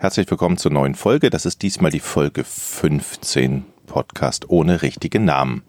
Herzlich willkommen zur neuen Folge. Das ist diesmal die Folge 15, Podcast ohne richtigen Namen.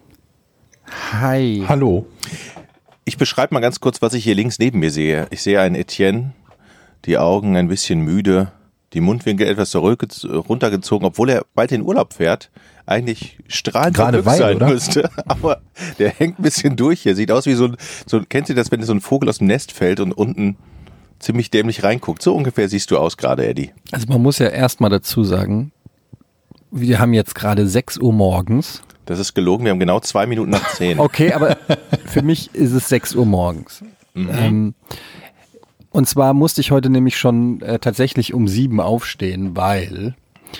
Hi. Hallo. Ich beschreibe mal ganz kurz, was ich hier links neben mir sehe. Ich sehe einen Etienne, die Augen ein bisschen müde, die Mundwinkel etwas runtergezogen, obwohl er bald in Urlaub fährt. Eigentlich strahlend Gerade sein oder? müsste, aber der hängt ein bisschen durch hier. Sieht aus wie so ein, kennt ihr das, wenn so ein Vogel aus dem Nest fällt und unten ziemlich dämlich reinguckt? So ungefähr siehst du aus gerade, Eddie. Also man muss ja erstmal dazu sagen, wir haben jetzt gerade 6 Uhr morgens. Das ist gelogen, wir haben genau 2 Minuten nach 10. Okay, aber für mich ist es 6 Uhr morgens. Und zwar musste ich heute nämlich schon tatsächlich um 7 aufstehen, weil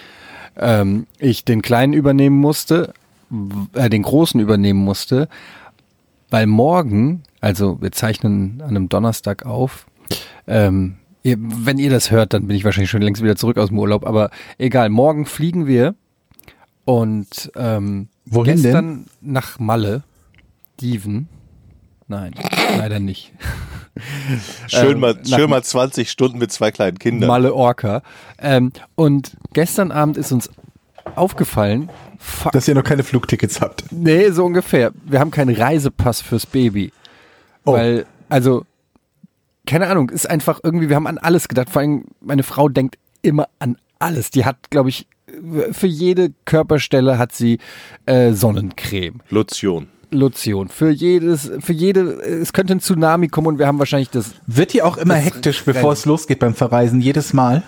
ich den Kleinen übernehmen musste, den Großen übernehmen musste, weil morgen, also wir zeichnen an einem Donnerstag auf, wenn ihr das hört, dann bin ich wahrscheinlich schon längst wieder zurück aus dem Urlaub, aber egal, morgen fliegen wir und Wohin gestern denn? nach Malle, Dieven, nein, leider nicht. Schön mal 20 Stunden mit 2 kleinen Kindern. Malle Orca. Und gestern Abend ist uns aufgefallen, Dass ihr noch keine Flugtickets habt. nee, so ungefähr, wir haben keinen Reisepass fürs Baby. Oh. Weil, also, keine Ahnung, ist einfach irgendwie, wir haben an alles gedacht. Vor allem, meine Frau denkt immer an alles. Die hat, glaube ich, für jede Körperstelle hat sie Sonnencreme. Lotion. Für jede, es könnte ein Tsunami kommen und wir haben wahrscheinlich das. Wird die auch immer hektisch, bevor es losgeht beim Verreisen? Jedes Mal?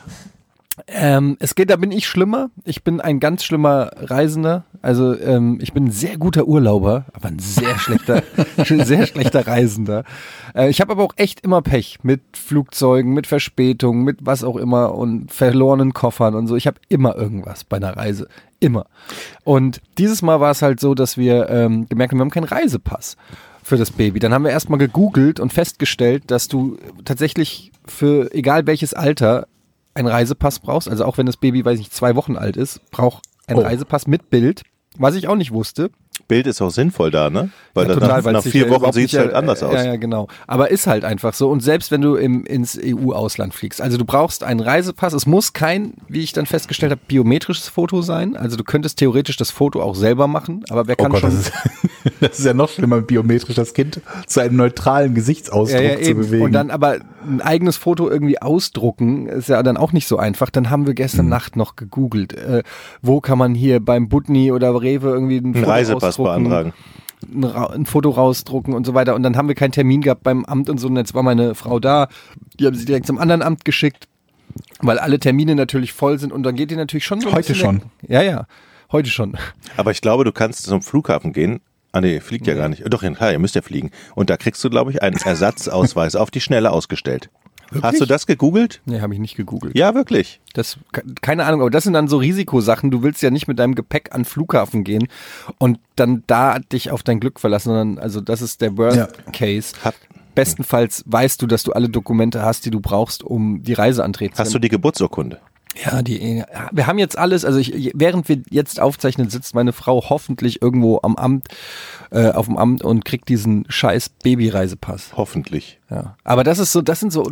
Es geht, da bin ich schlimmer. Ich bin ein ganz schlimmer Reisender. Also ich bin ein sehr guter Urlauber, aber ein sehr schlechter Reisender. Ich habe aber auch echt immer Pech mit Flugzeugen, mit Verspätungen, mit was auch immer und verlorenen Koffern und so. Ich habe immer irgendwas bei einer Reise. Immer. Und dieses Mal war es halt so, dass wir gemerkt haben, wir haben keinen Reisepass für das Baby. Dann haben wir erstmal gegoogelt und festgestellt, dass du tatsächlich für egal welches Alter einen Reisepass brauchst, also auch wenn das Baby, weiß ich nicht, 2 Wochen alt ist, braucht ein Reisepass mit Bild, was ich auch nicht wusste. Bild ist auch sinnvoll da, ne? Weil Ja, total, weil nach es sich 4 Wochen überhaupt sieht es nicht, halt anders aus. Ja, genau. Aber ist halt einfach so. Und selbst wenn du ins EU-Ausland fliegst, also du brauchst einen Reisepass, es muss kein, wie ich dann festgestellt habe, biometrisches Foto sein. Also du könntest theoretisch das Foto auch selber machen, aber wer kann Gott, schon... das ist ja noch schlimmer, biometrisch das Kind zu einem neutralen Gesichtsausdruck zu eben. bewegen. Und dann aber ein eigenes Foto irgendwie ausdrucken, ist ja dann auch nicht so einfach. Dann haben wir gestern Nacht noch gegoogelt, wo kann man hier beim Butni oder Rewe irgendwie einen Reisepass beantragen. Ein Foto rausdrucken und so weiter. Und dann haben wir keinen Termin gehabt beim Amt und so. Und jetzt war meine Frau da. Die haben sie direkt zum anderen Amt geschickt, weil alle Termine natürlich voll sind. Und dann geht die natürlich schon so ein Heute bisschen schon. weg. Ja, heute schon. Aber ich glaube, du kannst zum Flughafen gehen. Ah nee, fliegt ja gar nicht. Doch, klar, ihr müsst ja fliegen. Und da kriegst du, glaube ich, einen Ersatzausweis auf die Schnelle ausgestellt. Wirklich? Hast du das gegoogelt? Nee, habe ich nicht gegoogelt. Ja, wirklich. Das, keine Ahnung, aber das sind dann so Risikosachen. Du willst ja nicht mit deinem Gepäck an den Flughafen gehen und dann da dich auf dein Glück verlassen, sondern also das ist der Worst Case. Bestenfalls weißt du, dass du alle Dokumente hast, die du brauchst, um die Reise antreten zu können. Hast du die Geburtsurkunde? Ja, wir haben jetzt alles, also während wir jetzt aufzeichnen, sitzt meine Frau hoffentlich irgendwo am Amt, auf dem Amt und kriegt diesen scheiß Babyreisepass. Hoffentlich. Ja. Aber das sind so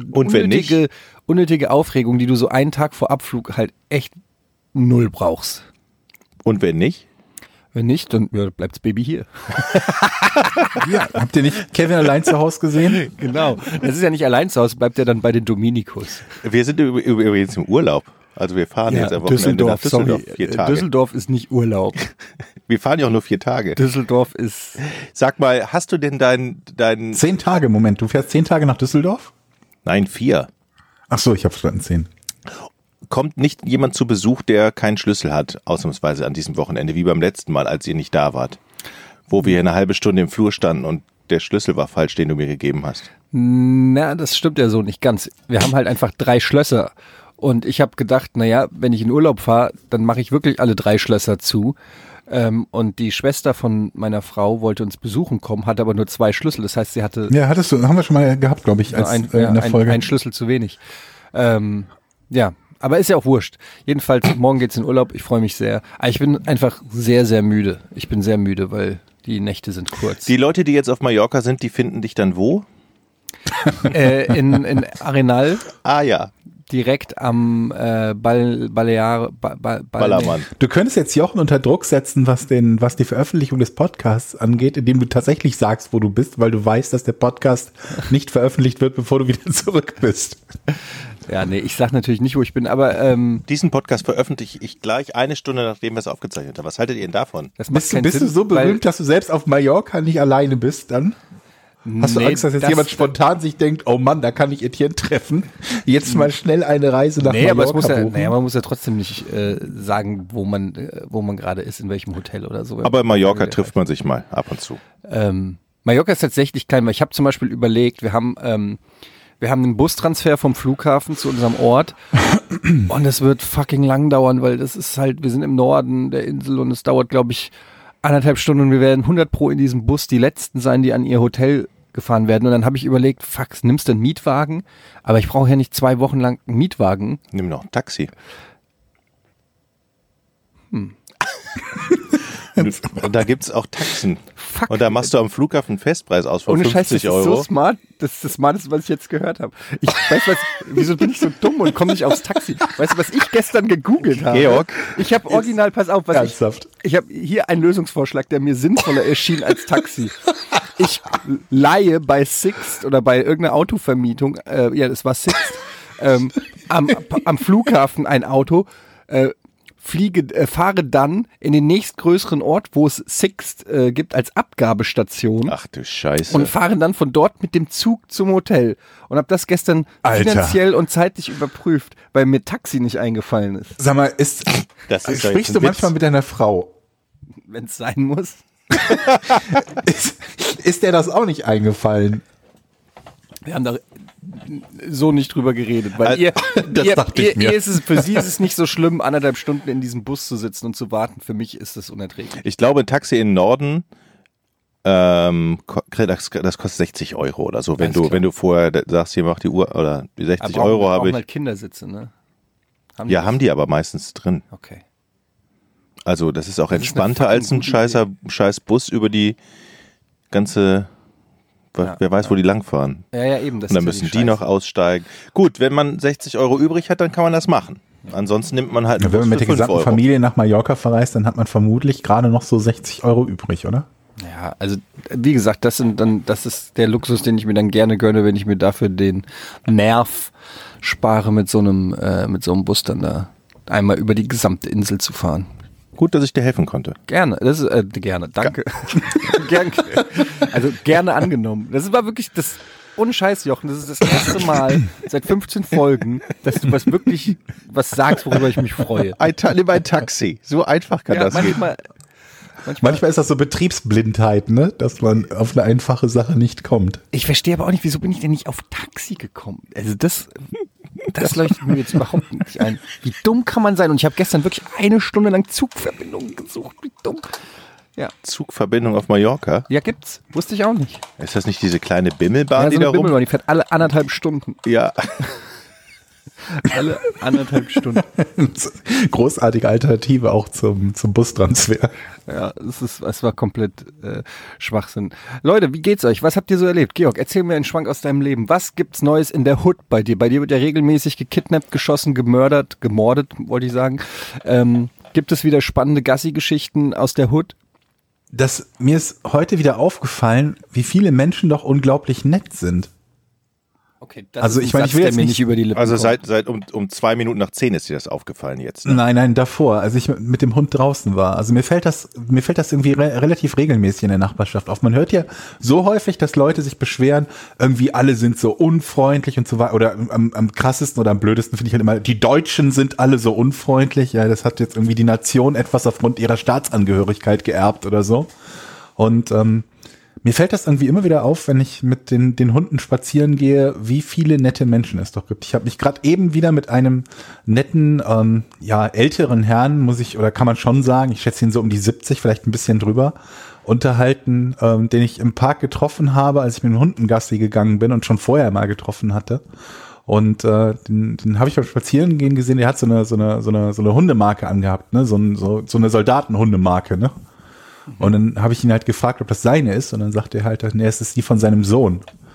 unnötige Aufregungen, die du so einen Tag vor Abflug halt echt null brauchst. Und wenn nicht? Wenn nicht, dann bleibt das Baby hier. Ja, habt ihr nicht Kevin allein zu Hause gesehen? Genau. Das ist ja nicht allein zu Hause, bleibt ja dann bei den Dominikus. Wir sind übrigens im Urlaub. Also wir fahren jetzt am Wochenende nach Düsseldorf. 4 Tage. Düsseldorf ist nicht Urlaub. Wir fahren ja auch nur 4 Tage. Düsseldorf ist... Sag mal, hast du denn dein 10 Tage, Moment. Du fährst 10 Tage nach Düsseldorf? Nein, 4. Ach so, ich habe verstanden 10. Kommt nicht jemand zu Besuch, der keinen Schlüssel hat, ausnahmsweise an diesem Wochenende, wie beim letzten Mal, als ihr nicht da wart? Wo wir eine halbe Stunde im Flur standen und der Schlüssel war falsch, den du mir gegeben hast. Na, das stimmt ja so nicht ganz. Wir haben halt einfach 3 Schlösser. Und ich habe gedacht, naja, wenn ich in Urlaub fahre, dann mache ich wirklich alle 3 Schlösser zu. Und die Schwester von meiner Frau wollte uns besuchen kommen, hatte aber nur 2 Schlüssel. Das heißt, sie hatte... Ja, haben wir schon mal gehabt, glaube ich, in der Folge. Ein Schlüssel zu wenig. Ja, aber ist ja auch wurscht. Jedenfalls, morgen geht's in Urlaub. Ich freue mich sehr. Aber ich bin einfach sehr, sehr müde. Ich bin sehr müde, weil die Nächte sind kurz. Die Leute, die jetzt auf Mallorca sind, die finden dich dann wo? In Arenal. Ah ja. direkt am Ballermann. Du könntest jetzt Jochen unter Druck setzen, was die Veröffentlichung des Podcasts angeht, indem du tatsächlich sagst, wo du bist, weil du weißt, dass der Podcast nicht veröffentlicht wird, bevor du wieder zurück bist. Ja, nee, ich sag natürlich nicht, wo ich bin, aber diesen Podcast veröffentliche ich gleich 1 Stunde, nachdem wir es aufgezeichnet haben. Was haltet ihr denn davon? das macht keinen Bist Sinn, du so berühmt, dass du selbst auf Mallorca nicht alleine bist dann? Hast du Angst, dass jetzt jemand spontan sich denkt, oh Mann, da kann ich Etienne treffen? Jetzt mal schnell eine Reise nach Mallorca buchen. Man muss ja trotzdem nicht sagen, wo man gerade ist, in welchem Hotel oder so. Aber in Mallorca trifft man sich mal ab und zu. Mallorca ist tatsächlich klein, weil ich habe zum Beispiel überlegt, wir haben einen Bustransfer vom Flughafen zu unserem Ort und es wird fucking lang dauern, weil das ist halt, wir sind im Norden der Insel und es dauert, glaube ich, 1,5 Stunden und wir werden 100% in diesem Bus die Letzten sein, die an ihr Hotel gefahren werden. Und dann habe ich überlegt, fuck, nimmst du einen Mietwagen? Aber ich brauche ja nicht 2 Wochen lang einen Mietwagen. Nimm noch ein Taxi. Und da gibt es auch Taxen. Fuck. Und da machst du am Flughafen einen Festpreis aus von Ohne 50 Scheiß, das ist Euro. so smart. Das ist das Smarteste, was ich jetzt gehört habe. Ich weiß was, wieso bin ich so dumm und komme nicht aufs Taxi? Weißt du, was ich gestern gegoogelt habe? Georg. Ich habe original, pass auf, ich habe hier einen Lösungsvorschlag, der mir sinnvoller erschien als Taxi. Ich leihe bei Sixt oder bei irgendeiner Autovermietung, das war Sixt, am Flughafen ein Auto, fahre dann in den nächstgrößeren Ort, wo es Sixt gibt als Abgabestation. Ach du Scheiße. Und fahre dann von dort mit dem Zug zum Hotel. Und habe das gestern finanziell und zeitlich überprüft, weil mir Taxi nicht eingefallen ist. Sag mal, ein sprichst du Witz. manchmal mit deiner Frau? Wenn es sein muss. Ist dir das auch nicht eingefallen? Wir haben da so nicht drüber geredet, weil für sie ist es nicht so schlimm, 1,5 Stunden in diesem Bus zu sitzen und zu warten. Für mich ist das unerträglich. Ich glaube, ein Taxi in den Norden, das kostet 60 Euro oder so. Wenn du vorher sagst, hier mach die Uhr, oder die 60 Euro habe ich. Halt Kindersitze, ne? Haben die aber meistens drin. Okay. Also das ist auch Das ist entspannter eine als ein fucking scheiß Bus über die ganze, wer weiß, wo die langfahren. Ja, eben. Das Und dann ist ja müssen die noch aussteigen. Gut, wenn man 60 Euro übrig hat, dann kann man das machen. Ansonsten nimmt man halt einen Wenn man Bus mit der für 5 gesamten Euro. Familie nach Mallorca verreist, dann hat man vermutlich gerade noch so 60 Euro übrig, oder? Ja, also wie gesagt, das ist der Luxus, den ich mir dann gerne gönne, wenn ich mir dafür den Nerv spare, mit so einem Bus dann da einmal über die gesamte Insel zu fahren. Gut, dass ich dir helfen konnte. Gerne, gerne, danke. Also gerne angenommen. Das war wirklich das, ohne Scheiß, Jochen, das ist das erste Mal seit 15 Folgen, dass du was sagst, worüber ich mich freue. Nimm ein Taxi. So einfach kann das gehen. Manchmal ist das so Betriebsblindheit, ne? Dass man auf eine einfache Sache nicht kommt. Ich verstehe aber auch nicht, wieso bin ich denn nicht auf Taxi gekommen? Also das leuchtet mir jetzt überhaupt nicht ein. Wie dumm kann man sein? Und ich habe gestern wirklich 1 Stunde lang Zugverbindungen gesucht. Wie dumm. Ja. Zugverbindung auf Mallorca? Ja, gibt's. Wusste ich auch nicht. Ist das nicht diese kleine Bimmelbahn, Ja, so die eine da rum? Bimmelbahn, die fährt alle 1,5 Stunden. Ja. Alle 1,5 Stunden. Großartige Alternative auch zum Bustransfer. Ja, es war komplett Schwachsinn. Leute, wie geht's euch? Was habt ihr so erlebt? Georg, erzähl mir einen Schwank aus deinem Leben. Was gibt's Neues in der Hood bei dir? Bei dir wird ja regelmäßig gekidnappt, geschossen, gemordet, wollte ich sagen. Gibt es wieder spannende Gassi-Geschichten aus der Hood? Mir ist heute wieder aufgefallen, wie viele Menschen doch unglaublich nett sind. Okay, das Also ist ein ich meine, Satz, ich will der jetzt mir nicht- nicht über die Lippen Also kommt. seit um 2 Minuten nach 10 ist dir das aufgefallen jetzt. Ne? Nein, davor, als ich mit dem Hund draußen war. Also mir fällt das irgendwie relativ regelmäßig in der Nachbarschaft auf. Man hört ja so häufig, dass Leute sich beschweren, irgendwie alle sind so unfreundlich und so weiter. Oder am krassesten oder am blödesten finde ich halt immer, die Deutschen sind alle so unfreundlich. Ja, das hat jetzt irgendwie die Nation etwas aufgrund ihrer Staatsangehörigkeit geerbt oder so. Und mir fällt das irgendwie immer wieder auf, wenn ich mit den Hunden spazieren gehe, wie viele nette Menschen es doch gibt. Ich habe mich gerade eben wieder mit einem netten, älteren Herrn, kann man schon sagen, ich schätze ihn so um die 70, vielleicht ein bisschen drüber, unterhalten, den ich im Park getroffen habe, als ich mit den Hunden Gassi gegangen bin und schon vorher mal getroffen hatte. Und den habe ich beim Spazierengehen gesehen, der hat so eine Hundemarke angehabt, ne? So eine Soldatenhundemarke, ne? Und dann habe ich ihn halt gefragt, ob das seine ist. Und dann sagte er halt, nee, es ist die von seinem Sohn.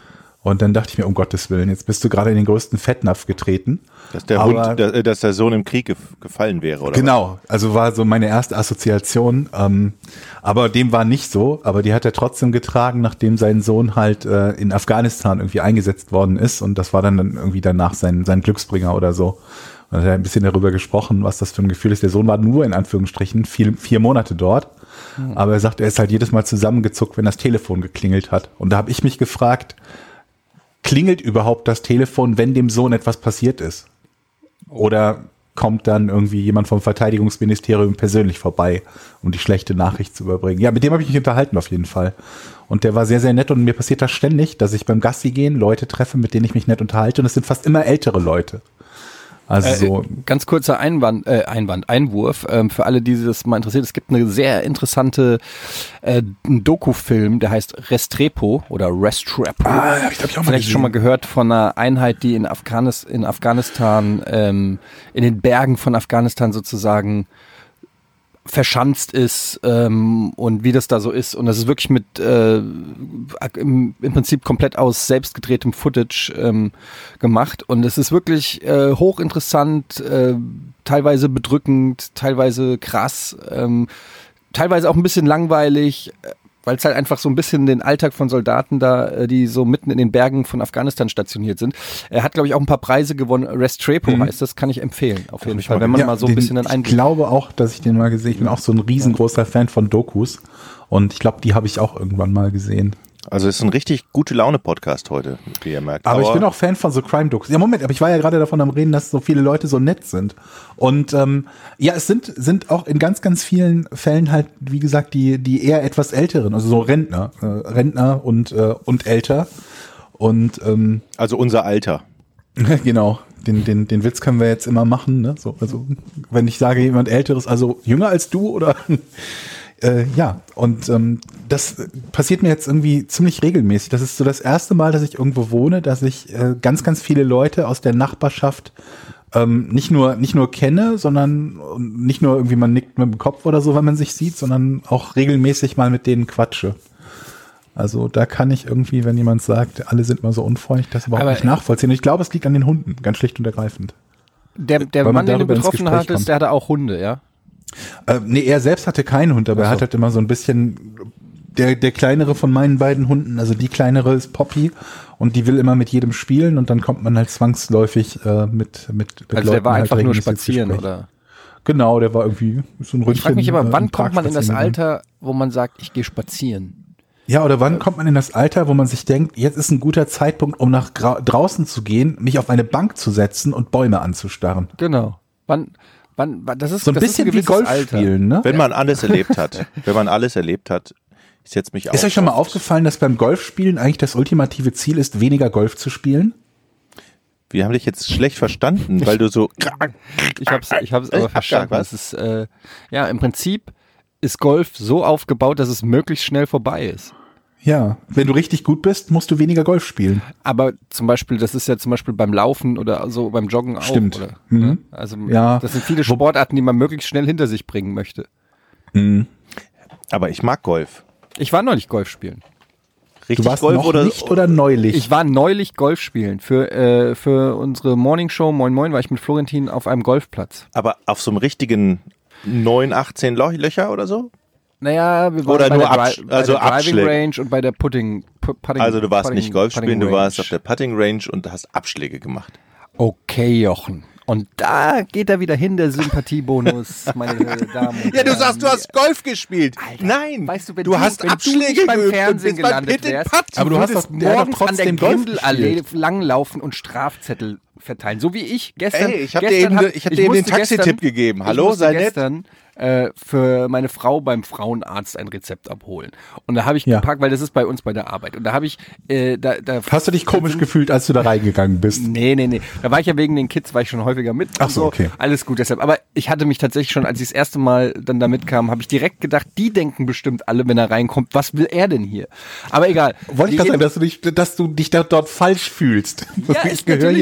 Und dann dachte ich mir, um Gottes Willen, jetzt bist du gerade in den größten Fettnapf getreten. Dass dass der Sohn im Krieg gefallen wäre, oder? Genau, also war so meine erste Assoziation. Aber dem war nicht so, aber die hat er trotzdem getragen, nachdem sein Sohn halt in Afghanistan irgendwie eingesetzt worden ist. Und das war dann irgendwie danach sein Glücksbringer oder so. Und er hat ein bisschen darüber gesprochen, was das für ein Gefühl ist. Der Sohn war nur in Anführungsstrichen 4 Monate dort. Aber er sagt, er ist halt jedes Mal zusammengezuckt, wenn das Telefon geklingelt hat. Und da habe ich mich gefragt, klingelt überhaupt das Telefon, wenn dem Sohn etwas passiert ist? Oder kommt dann irgendwie jemand vom Verteidigungsministerium persönlich vorbei, um die schlechte Nachricht zu überbringen? Ja, mit dem habe ich mich unterhalten auf jeden Fall. Und der war sehr, sehr nett und mir passiert das ständig, dass ich beim Gassi gehen Leute treffe, mit denen ich mich nett unterhalte und es sind fast immer ältere Leute. Also so ganz kurzer Einwurf für alle, die das mal interessiert. Es gibt eine sehr interessante Doku-Film, der heißt Restrepo oder Restrepo. hab ich auch mal Vielleicht schon mal gehört von einer Einheit, die in Afghanistan, in den Bergen von Afghanistan sozusagen verschanzt ist und wie das da so ist. Und das ist wirklich mit im Prinzip komplett aus selbst gedrehtem Footage gemacht. Und es ist wirklich hochinteressant, teilweise bedrückend, teilweise krass, teilweise auch ein bisschen langweilig, weil es halt einfach so ein bisschen den Alltag von Soldaten da, die so mitten in den Bergen von Afghanistan stationiert sind. Er hat, glaube ich, auch ein paar Preise gewonnen. Restrepo heißt das, kann ich empfehlen, auf jeden Fall, wenn man mal so ein bisschen einen Einblick. Ich glaube auch, dass ich den mal gesehen habe. Ich bin auch so ein riesengroßer Fan von Dokus und ich glaube, die habe ich auch irgendwann mal gesehen. Also es ist ein richtig gute Laune-Podcast heute, wie ihr merkt. Aber ich bin auch Fan von so Crime-Dokus. Ja, Moment, aber ich war ja gerade davon am Reden, dass so viele Leute so nett sind. Und ja, es sind auch in ganz, ganz vielen Fällen halt, wie gesagt, die eher etwas älteren, also so Rentner und älter. Und also unser Alter. Genau, den Witz können wir jetzt immer machen. Ne? So, also wenn ich sage, jemand Älteres, also jünger als du oder... ja, und das passiert mir jetzt irgendwie ziemlich regelmäßig. Das ist so das erste Mal, dass ich irgendwo wohne, dass ich ganz, ganz viele Leute aus der Nachbarschaft nicht nur kenne, sondern nicht nur irgendwie man nickt mit dem Kopf oder so, wenn man sich sieht, sondern auch regelmäßig mal mit denen quatsche. Also da kann ich irgendwie, wenn jemand sagt, alle sind mal so unfreundlich, das überhaupt nicht nachvollziehen. Und ich glaube, es liegt an den Hunden, ganz schlicht und ergreifend. Der Mann, den du getroffen hattest, der hatte auch Hunde, ja? Nee, er selbst hatte keinen Hund, aber er hat halt immer so ein bisschen, der kleinere von meinen beiden Hunden, also die kleinere ist Poppy und die will immer mit jedem spielen und dann kommt man halt zwangsläufig mit also Leuten der war halt einfach nur regelmäßig spazieren, ins Gespräch. oder? Genau, der war irgendwie so ein Ründchen. Ich frage mich aber, wann kommt man in das spazieren Alter, wo man sagt, ich gehe spazieren? Ja, oder wann kommt man in das Alter, wo man sich denkt, jetzt ist ein guter Zeitpunkt, um nach draußen zu gehen, mich auf eine Bank zu setzen und Bäume anzustarren. Genau. Wann, das ist so ein bisschen wie Golf spielen, ne? Wenn man alles erlebt hat. Ich setze mich auf. Ist euch schon mal aufgefallen, dass beim Golfspielen eigentlich das ultimative Ziel ist, weniger Golf zu spielen? Wir haben dich jetzt schlecht verstanden, weil du so... Ich hab's aber verstanden. Das ist, ja, im Prinzip ist Golf so aufgebaut, dass es möglichst schnell vorbei ist. Ja, wenn du richtig gut bist, musst du weniger Golf spielen. Aber zum Beispiel, das ist ja zum Beispiel beim Laufen oder so beim Joggen auch. Stimmt. Oder, mhm. Also ja. Das sind viele Sportarten, die man möglichst schnell hinter sich bringen möchte. Mhm. Aber ich mag Golf. Ich war neulich Golf spielen. Richtig du warst Golf noch nicht oder neulich? Ich war neulich Golf spielen. Für unsere Morningshow Moin Moin war ich mit Florentin auf einem Golfplatz. Aber auf so einem richtigen 9, 18 Löcher oder so? Naja, wir waren oder bei nur der Driving Abschläge. Range und bei der Putting. Also du warst nicht Golf spielen, du warst Range. auf der Putting Range und hast Abschläge gemacht. Okay, Jochen. Und da geht er wieder hin, der Sympathiebonus, meine Damen und Ja, du Herren. sagst, du hast Golf gespielt. Alter, Nein, weißt du, wenn hast wenn Abschläge nicht beim geübt und Fernsehen bist beim gelandet Pit in wärst, Putt. Aber du hast würdest doch- der hat doch morgens an der trotzdem Golf Grindelallee gespielt. langlaufen und Strafzettel verteilen. So wie ich gestern. Ey, ich hab dir eben den musste Taxitipp gegeben. Hallo, ich musste sei nett. gestern für meine Frau beim Frauenarzt ein Rezept abholen. Und da habe ich Ja. gepackt, weil das ist bei uns bei der Arbeit. Und da habe ich Hast du dich komisch gefühlt, als du da reingegangen bist? Nee. Da war ich ja wegen den Kids, war ich schon häufiger mit. Ach und so, okay. Alles gut deshalb. Aber ich hatte mich tatsächlich schon, als ich das erste Mal dann da mitkam, habe ich direkt gedacht, die denken bestimmt alle, wenn er reinkommt, was will er denn hier? Aber egal. Wollte ich gerade sagen, dass du dich da dort falsch fühlst. Ja, Ich gehöre hier nicht ist hin.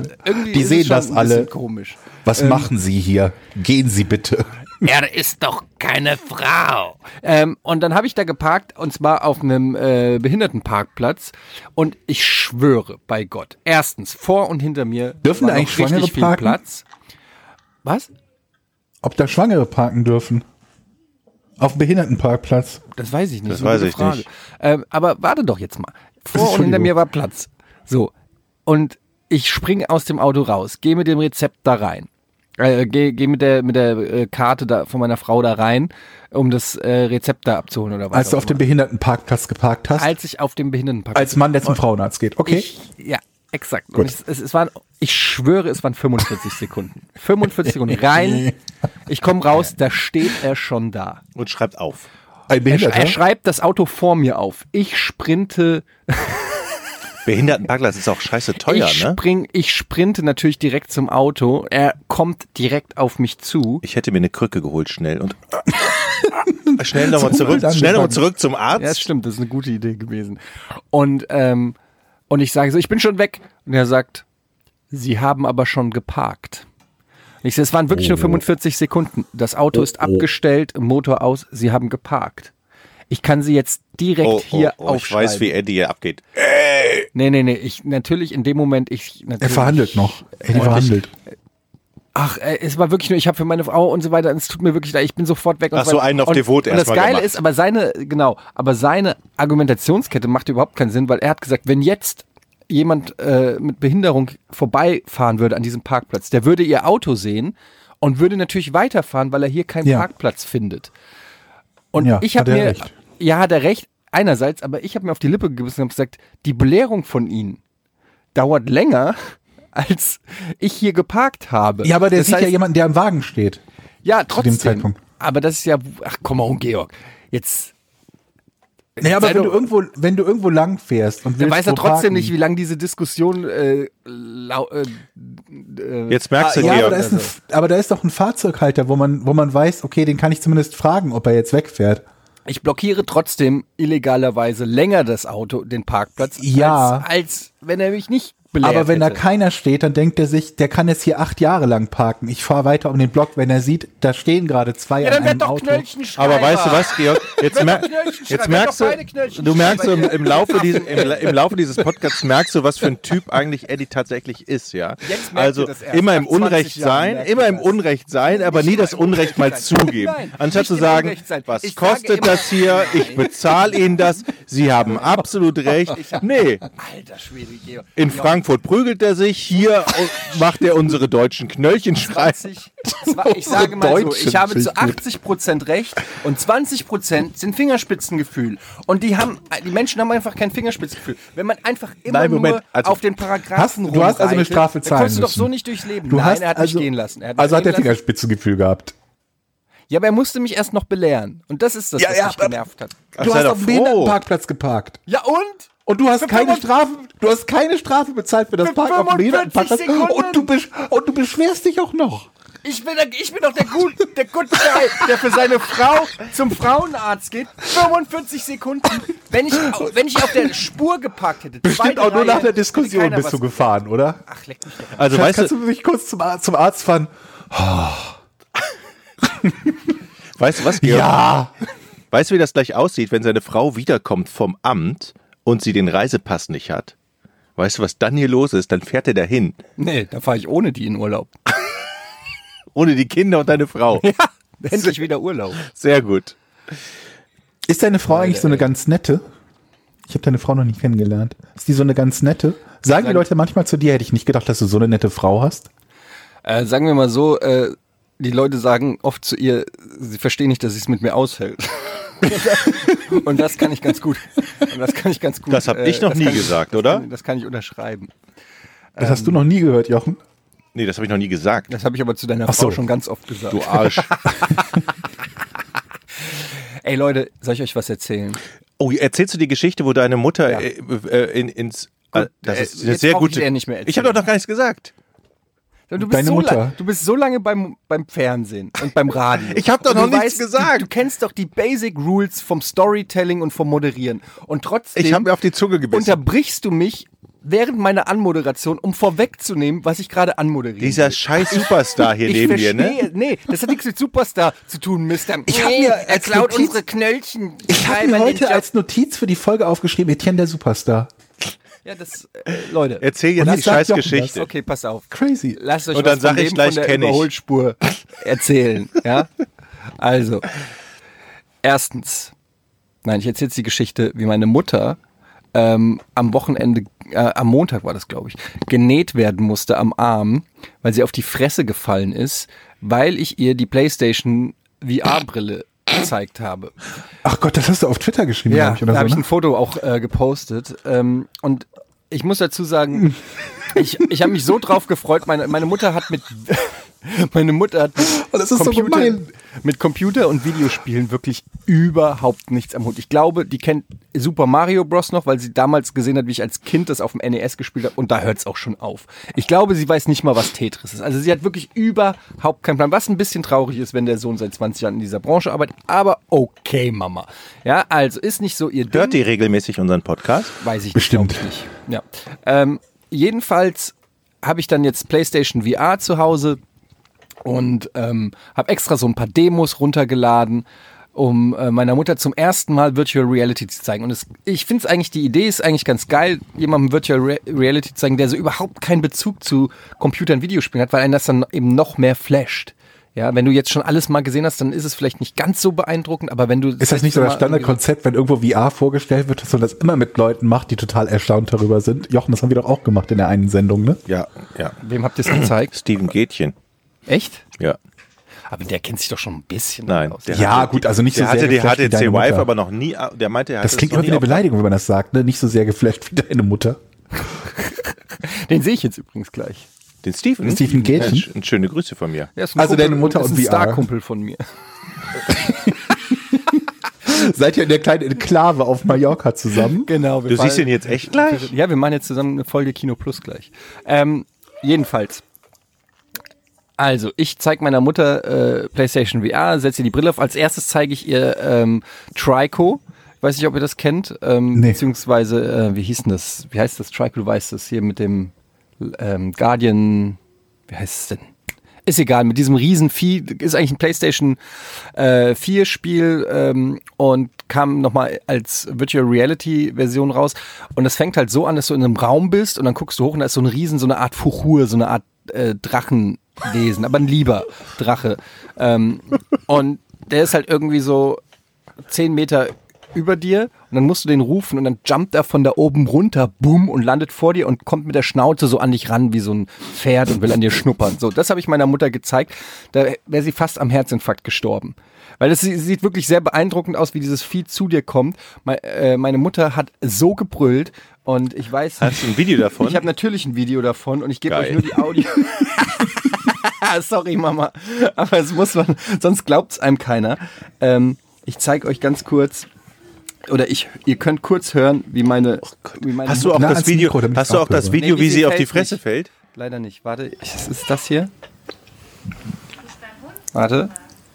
irgendwie Die ist sehen es schon das ein alle. bisschen komisch. Was machen Sie hier? Gehen Sie bitte. Er ist doch keine Frau. Und dann habe ich da geparkt, und zwar auf einem Behindertenparkplatz. Und ich schwöre bei Gott, erstens, vor und hinter mir Dürfen war da noch eigentlich richtig Schwangere viel parken? Platz. Was? Ob da Schwangere parken dürfen? Auf dem Behindertenparkplatz. Das weiß ich nicht. Das ist eine weiß gute ich Frage. nicht. Aber warte doch jetzt mal. Vor und Entschuldigung. hinter mir war Platz. So. Und ich springe aus dem Auto raus, gehe mit dem Rezept da rein. Geh mit der Karte da von meiner Frau da rein, um das Rezept da abzuholen oder was. Als du auch auf dem immer. Behindertenparkplatz geparkt hast. Als ich auf dem Behindertenparkplatz. Als Mann, der zum Frauenarzt geht. Okay. Ja, exakt. Gut. Und es waren, ich schwöre, es waren 45 Sekunden. 45 Sekunden rein. Ich komme raus, da steht er schon da. Und schreibt auf. Ein Behinderter? Er schreibt das Auto vor mir auf. Ich sprinte. Behindertenparkplatz ist auch scheiße teuer, ne? Ich sprinte natürlich direkt zum Auto. Er kommt direkt auf mich zu. Ich hätte mir eine Krücke geholt, schnell. Und schnell nochmal zurück zum Arzt. Ja, das stimmt, das ist eine gute Idee gewesen. Und ich sage so, ich bin schon weg. Und er sagt, Sie haben aber schon geparkt. Ich sage, es waren wirklich nur 45 Sekunden. Das Auto ist abgestellt, Motor aus, Sie haben geparkt. Ich kann Sie jetzt direkt hier aufschreiben. Ich weiß, wie Eddie hier abgeht. Nee, natürlich in dem Moment, Er verhandelt noch. Eddie verhandelt. Ach, es war wirklich nur, ich habe für meine Frau und so weiter, es tut mir wirklich leid, ich bin sofort weg. Ach so, einen auf Devot Und das erstmal Geile gemacht. ist, aber seine Argumentationskette macht überhaupt keinen Sinn, weil er hat gesagt, wenn jetzt jemand mit Behinderung vorbeifahren würde an diesem Parkplatz, der würde ihr Auto sehen und würde natürlich weiterfahren, weil er hier keinen Parkplatz findet. Und Ja, ich habe hat er mir, recht. ja, hat er recht, einerseits, aber ich habe mir auf die Lippe gebissen und gesagt, die Belehrung von Ihnen dauert länger, als ich hier geparkt habe. Ja, aber der Das sieht ja heißt, jemanden, der am Wagen steht. ja, dem trotzdem. Zeitpunkt. Aber das ist ja, ach komm mal, Georg, jetzt. Naja, aber sei wenn doch- du irgendwo lang fährst und Dann willst weiß er wo trotzdem parken, nicht, wie lange diese Diskussion Jetzt merkst du, ja, Georg. aber da ist doch ein Fahrzeughalter, wo man weiß, okay, den kann ich zumindest fragen, ob er jetzt wegfährt. Ich blockiere trotzdem illegalerweise länger das Auto, den Parkplatz, Ja. als wenn er mich nicht belehrt Aber wenn da hätte. keiner steht, dann denkt er sich, der kann jetzt hier 8 Jahre lang parken. Ich fahre weiter um den Block, wenn er sieht, da stehen gerade 2 Ja, an dann werd einem doch Auto. Knöllchenschreiber. Aber weißt du was, Georg? Jetzt merkst du merkst im Laufe dieses Podcasts merkst du, was für ein Typ eigentlich Eddie tatsächlich ist, ja? Jetzt merkt Also ihr das erst. immer im Nach 20 Unrecht Jahren sein, merkt ihr immer im das. Unrecht sein, aber nie das Unrecht mal zugeben. Nein, Anstatt nicht zu im sagen, Unrecht sein. was Ich sage kostet immer- das hier? Ich bezahle Ihnen das. Sie haben absolut recht. Nee, Alter Schwede, Georg. in Frankfurt prügelt er sich, hier macht er unsere deutschen Knöllchenschreiber. 20, ich sage mal so, Deutschen ich habe zu sind gut. 80% recht und 20% sind Fingerspitzengefühl. Und die Menschen haben einfach kein Fingerspitzengefühl. Wenn man einfach immer Nein, Moment, nur also- auf den Paragraphen Du hast also eine rumreitet, Strafe dann zahlen kommst du doch müssen. so nicht durchs Leben. Du Nein, hast er hat also, mich gehen lassen. Also hat er gehen lassen. Fingerspitzengefühl gehabt. Ja, aber er musste mich erst noch belehren. Und das ist das, Ja, was ja, mich aber- genervt hat. Ach, Du sei hast doch auf dem froh. Behindertenparkplatz geparkt. Ja und? Und du hast Für keine 45 Strafe bezahlt für das Für Parken auf dem 45 Behindertenparkplatz. Sekunden. Und du beschwerst dich auch noch. Ich bin doch der Good Guy, der für seine Frau zum Frauenarzt geht. 45 Sekunden. Wenn ich auf der Spur geparkt hätte. Bestimmt zweite auch nur Reihe, nach der hätte Diskussion keiner bist was du gefahren, oder? Ach, leck mich doch. Also weißt Kannst du, du mich kurz zum Arzt fahren? was, Georg? Ja. Weißt du, wie das gleich aussieht, wenn seine Frau wiederkommt vom Amt und sie den Reisepass nicht hat? Weißt du, was dann hier los ist? Dann fährt er dahin. Nee, da fahre ich ohne die in Urlaub. Ohne die Kinder und deine Frau. Endlich wieder Urlaub. Sehr gut. Ist deine Frau eigentlich so eine ganz nette? Ich habe deine Frau noch nicht kennengelernt. Ist die so eine ganz nette? Sagen die Leute manchmal zu dir, hätte ich nicht gedacht, dass du so eine nette Frau hast? Sagen wir mal so, die Leute sagen oft zu ihr, sie verstehen nicht, dass sie es mit mir aushält. Und das kann ich ganz gut. Das habe ich noch nie gesagt, oder? Das kann ich unterschreiben. Das hast du noch nie gehört, Jochen. Nee, das habe ich noch nie gesagt. Das habe ich aber zu deiner Ach so. Frau schon ganz oft gesagt. Du Arsch. Ey Leute, soll ich euch was erzählen? Oh, erzählst du die Geschichte, wo deine Mutter Ja. ins... das ist eine jetzt sehr brauch ich gute... dir nicht mehr erzählen. Ich habe doch noch gar nichts gesagt. Du bist Deine so Mutter. Du bist so lange beim Fernsehen und beim Radio. Ich hab doch Und noch du nichts gesagt. Du kennst doch die Basic Rules vom Storytelling und vom Moderieren. Und trotzdem Ich habe mir auf die Zunge gebissen. unterbrichst du mich während meiner Anmoderation, um vorwegzunehmen, was ich gerade anmoderiere. Dieser scheiß Superstar hier neben dir, ne? Nee, das hat nichts mit Superstar zu tun, Mister. Ich hab mir er als klaut Notiz- unsere Knöllchen. Ich habe mir heute als Notiz für die Folge aufgeschrieben, Etienne der Superstar. Ja, das, Leute. Erzähl jetzt Und die jetzt sagt scheiß Jochen Geschichte. Okay, pass auf. Crazy. Lasst euch Und was dann sag vom ich Leben gleich, von der kenn ich. Überholspur erzählen. Ja? Also, erstens. Nein, ich erzähle jetzt die Geschichte, wie meine Mutter am Wochenende, am Montag war das, glaube ich, genäht werden musste am Arm, weil sie auf die Fresse gefallen ist, weil ich ihr die PlayStation VR-Brille gezeigt habe. Ach Gott, das hast du auf Twitter geschrieben, Ja, glaub ich, oder da habe so, ich ein ne? Foto auch gepostet. Und ich muss dazu sagen, ich habe mich so drauf gefreut. Meine Mutter hat mit Oh, das ist so gemein. mit Computer und Videospielen wirklich überhaupt nichts am Hut. Ich glaube, die kennt Super Mario Bros. Noch, weil sie damals gesehen hat, wie ich als Kind das auf dem NES gespielt habe. Und da hört es auch schon auf. Ich glaube, sie weiß nicht mal, was Tetris ist. Also sie hat wirklich überhaupt keinen Plan. Was ein bisschen traurig ist, wenn der Sohn seit 20 Jahren in dieser Branche arbeitet. Aber okay, Mama. Ja, also ist nicht so ihr Ding. Hört die regelmäßig unseren Podcast? Weiß ich Bestimmt. glaub ich nicht. Ja. Jedenfalls habe ich dann jetzt PlayStation VR zu Hause und habe extra so ein paar Demos runtergeladen, um meiner Mutter zum ersten Mal Virtual Reality zu zeigen. Und ich finde es eigentlich, die Idee ist eigentlich ganz geil, jemandem Virtual Reality zu zeigen, der so überhaupt keinen Bezug zu Computer- und Videospielen hat, weil einen das dann eben noch mehr flasht. Ja, wenn du jetzt schon alles mal gesehen hast, dann ist es vielleicht nicht ganz so beeindruckend, aber wenn du... Ist das nicht so das Standardkonzept, wenn irgendwo VR vorgestellt wird, dass man das immer mit Leuten macht, die total erstaunt darüber sind? Jochen, das haben wir doch auch gemacht in der einen Sendung, ne? Ja, ja. Wem habt ihr es gezeigt? Steven Gätchen. Echt? Ja. Aber der kennt sich doch schon ein bisschen Nein. aus. Der Ja, hatte- gut, also nicht so der sehr hatte die geflasht wie HTC deine Vive, Mutter. aber noch nie, der meinte, er hat Das klingt noch immer wie nie eine auf- Beleidigung, wenn man das sagt, ne? Nicht so sehr geflasht wie deine Mutter. Den sehe ich jetzt übrigens gleich. Den Steven? Den Steven Gätchen? Ja, schöne Grüße von mir. Der ist ein Also deine Mutter ist und ein VR. Star-Kumpel von mir. Seid ihr in der kleinen Enklave auf Mallorca zusammen? Genau. Du siehst ihn jetzt echt gleich? Ja, wir machen jetzt zusammen eine Folge Kino Plus gleich. Jedenfalls. Also, ich zeige meiner Mutter PlayStation VR, setze ihr die Brille auf. Als erstes zeige ich ihr Trico. Ich weiß nicht, ob ihr das kennt. Nee. Beziehungsweise, wie hieß denn das? Wie heißt das Trico? Du weißt das hier mit dem Guardian. Wie heißt es denn? Ist egal, mit diesem Riesenvieh, ist eigentlich ein PlayStation 4 Spiel und kam nochmal als Virtual Reality Version raus. Und das fängt halt so an, dass du in einem Raum bist und dann guckst du hoch und da ist so ein Riesen, so eine Art Fuchur, so eine Art Drachenwesen, aber ein lieber Drache. Und der ist halt irgendwie so 10 Meter über dir und dann musst du den rufen und dann jumpt er von da oben runter, boom, und landet vor dir und kommt mit der Schnauze so an dich ran wie so ein Pferd und will an dir schnuppern. So, das habe ich meiner Mutter gezeigt. Da wäre sie fast am Herzinfarkt gestorben. Weil es sieht wirklich sehr beeindruckend aus, wie dieses Vieh zu dir kommt. Meine Mutter hat so gebrüllt und ich weiß... Hast du ein Video davon? Ich habe natürlich ein Video davon und ich gebe Geil. euch nur die Audio... Sorry, Mama. Aber es muss man, sonst glaubt es einem keiner. Ich zeige euch ganz kurz... Oder ihr könnt kurz hören, wie meine Hast du auch Na, das ans Video, Mikro, damit hast ich's du auch das abhöre. Video, Nee, wie sie auf die fällt Fresse nicht. fällt? Leider nicht. Warte, ist das hier? Warte.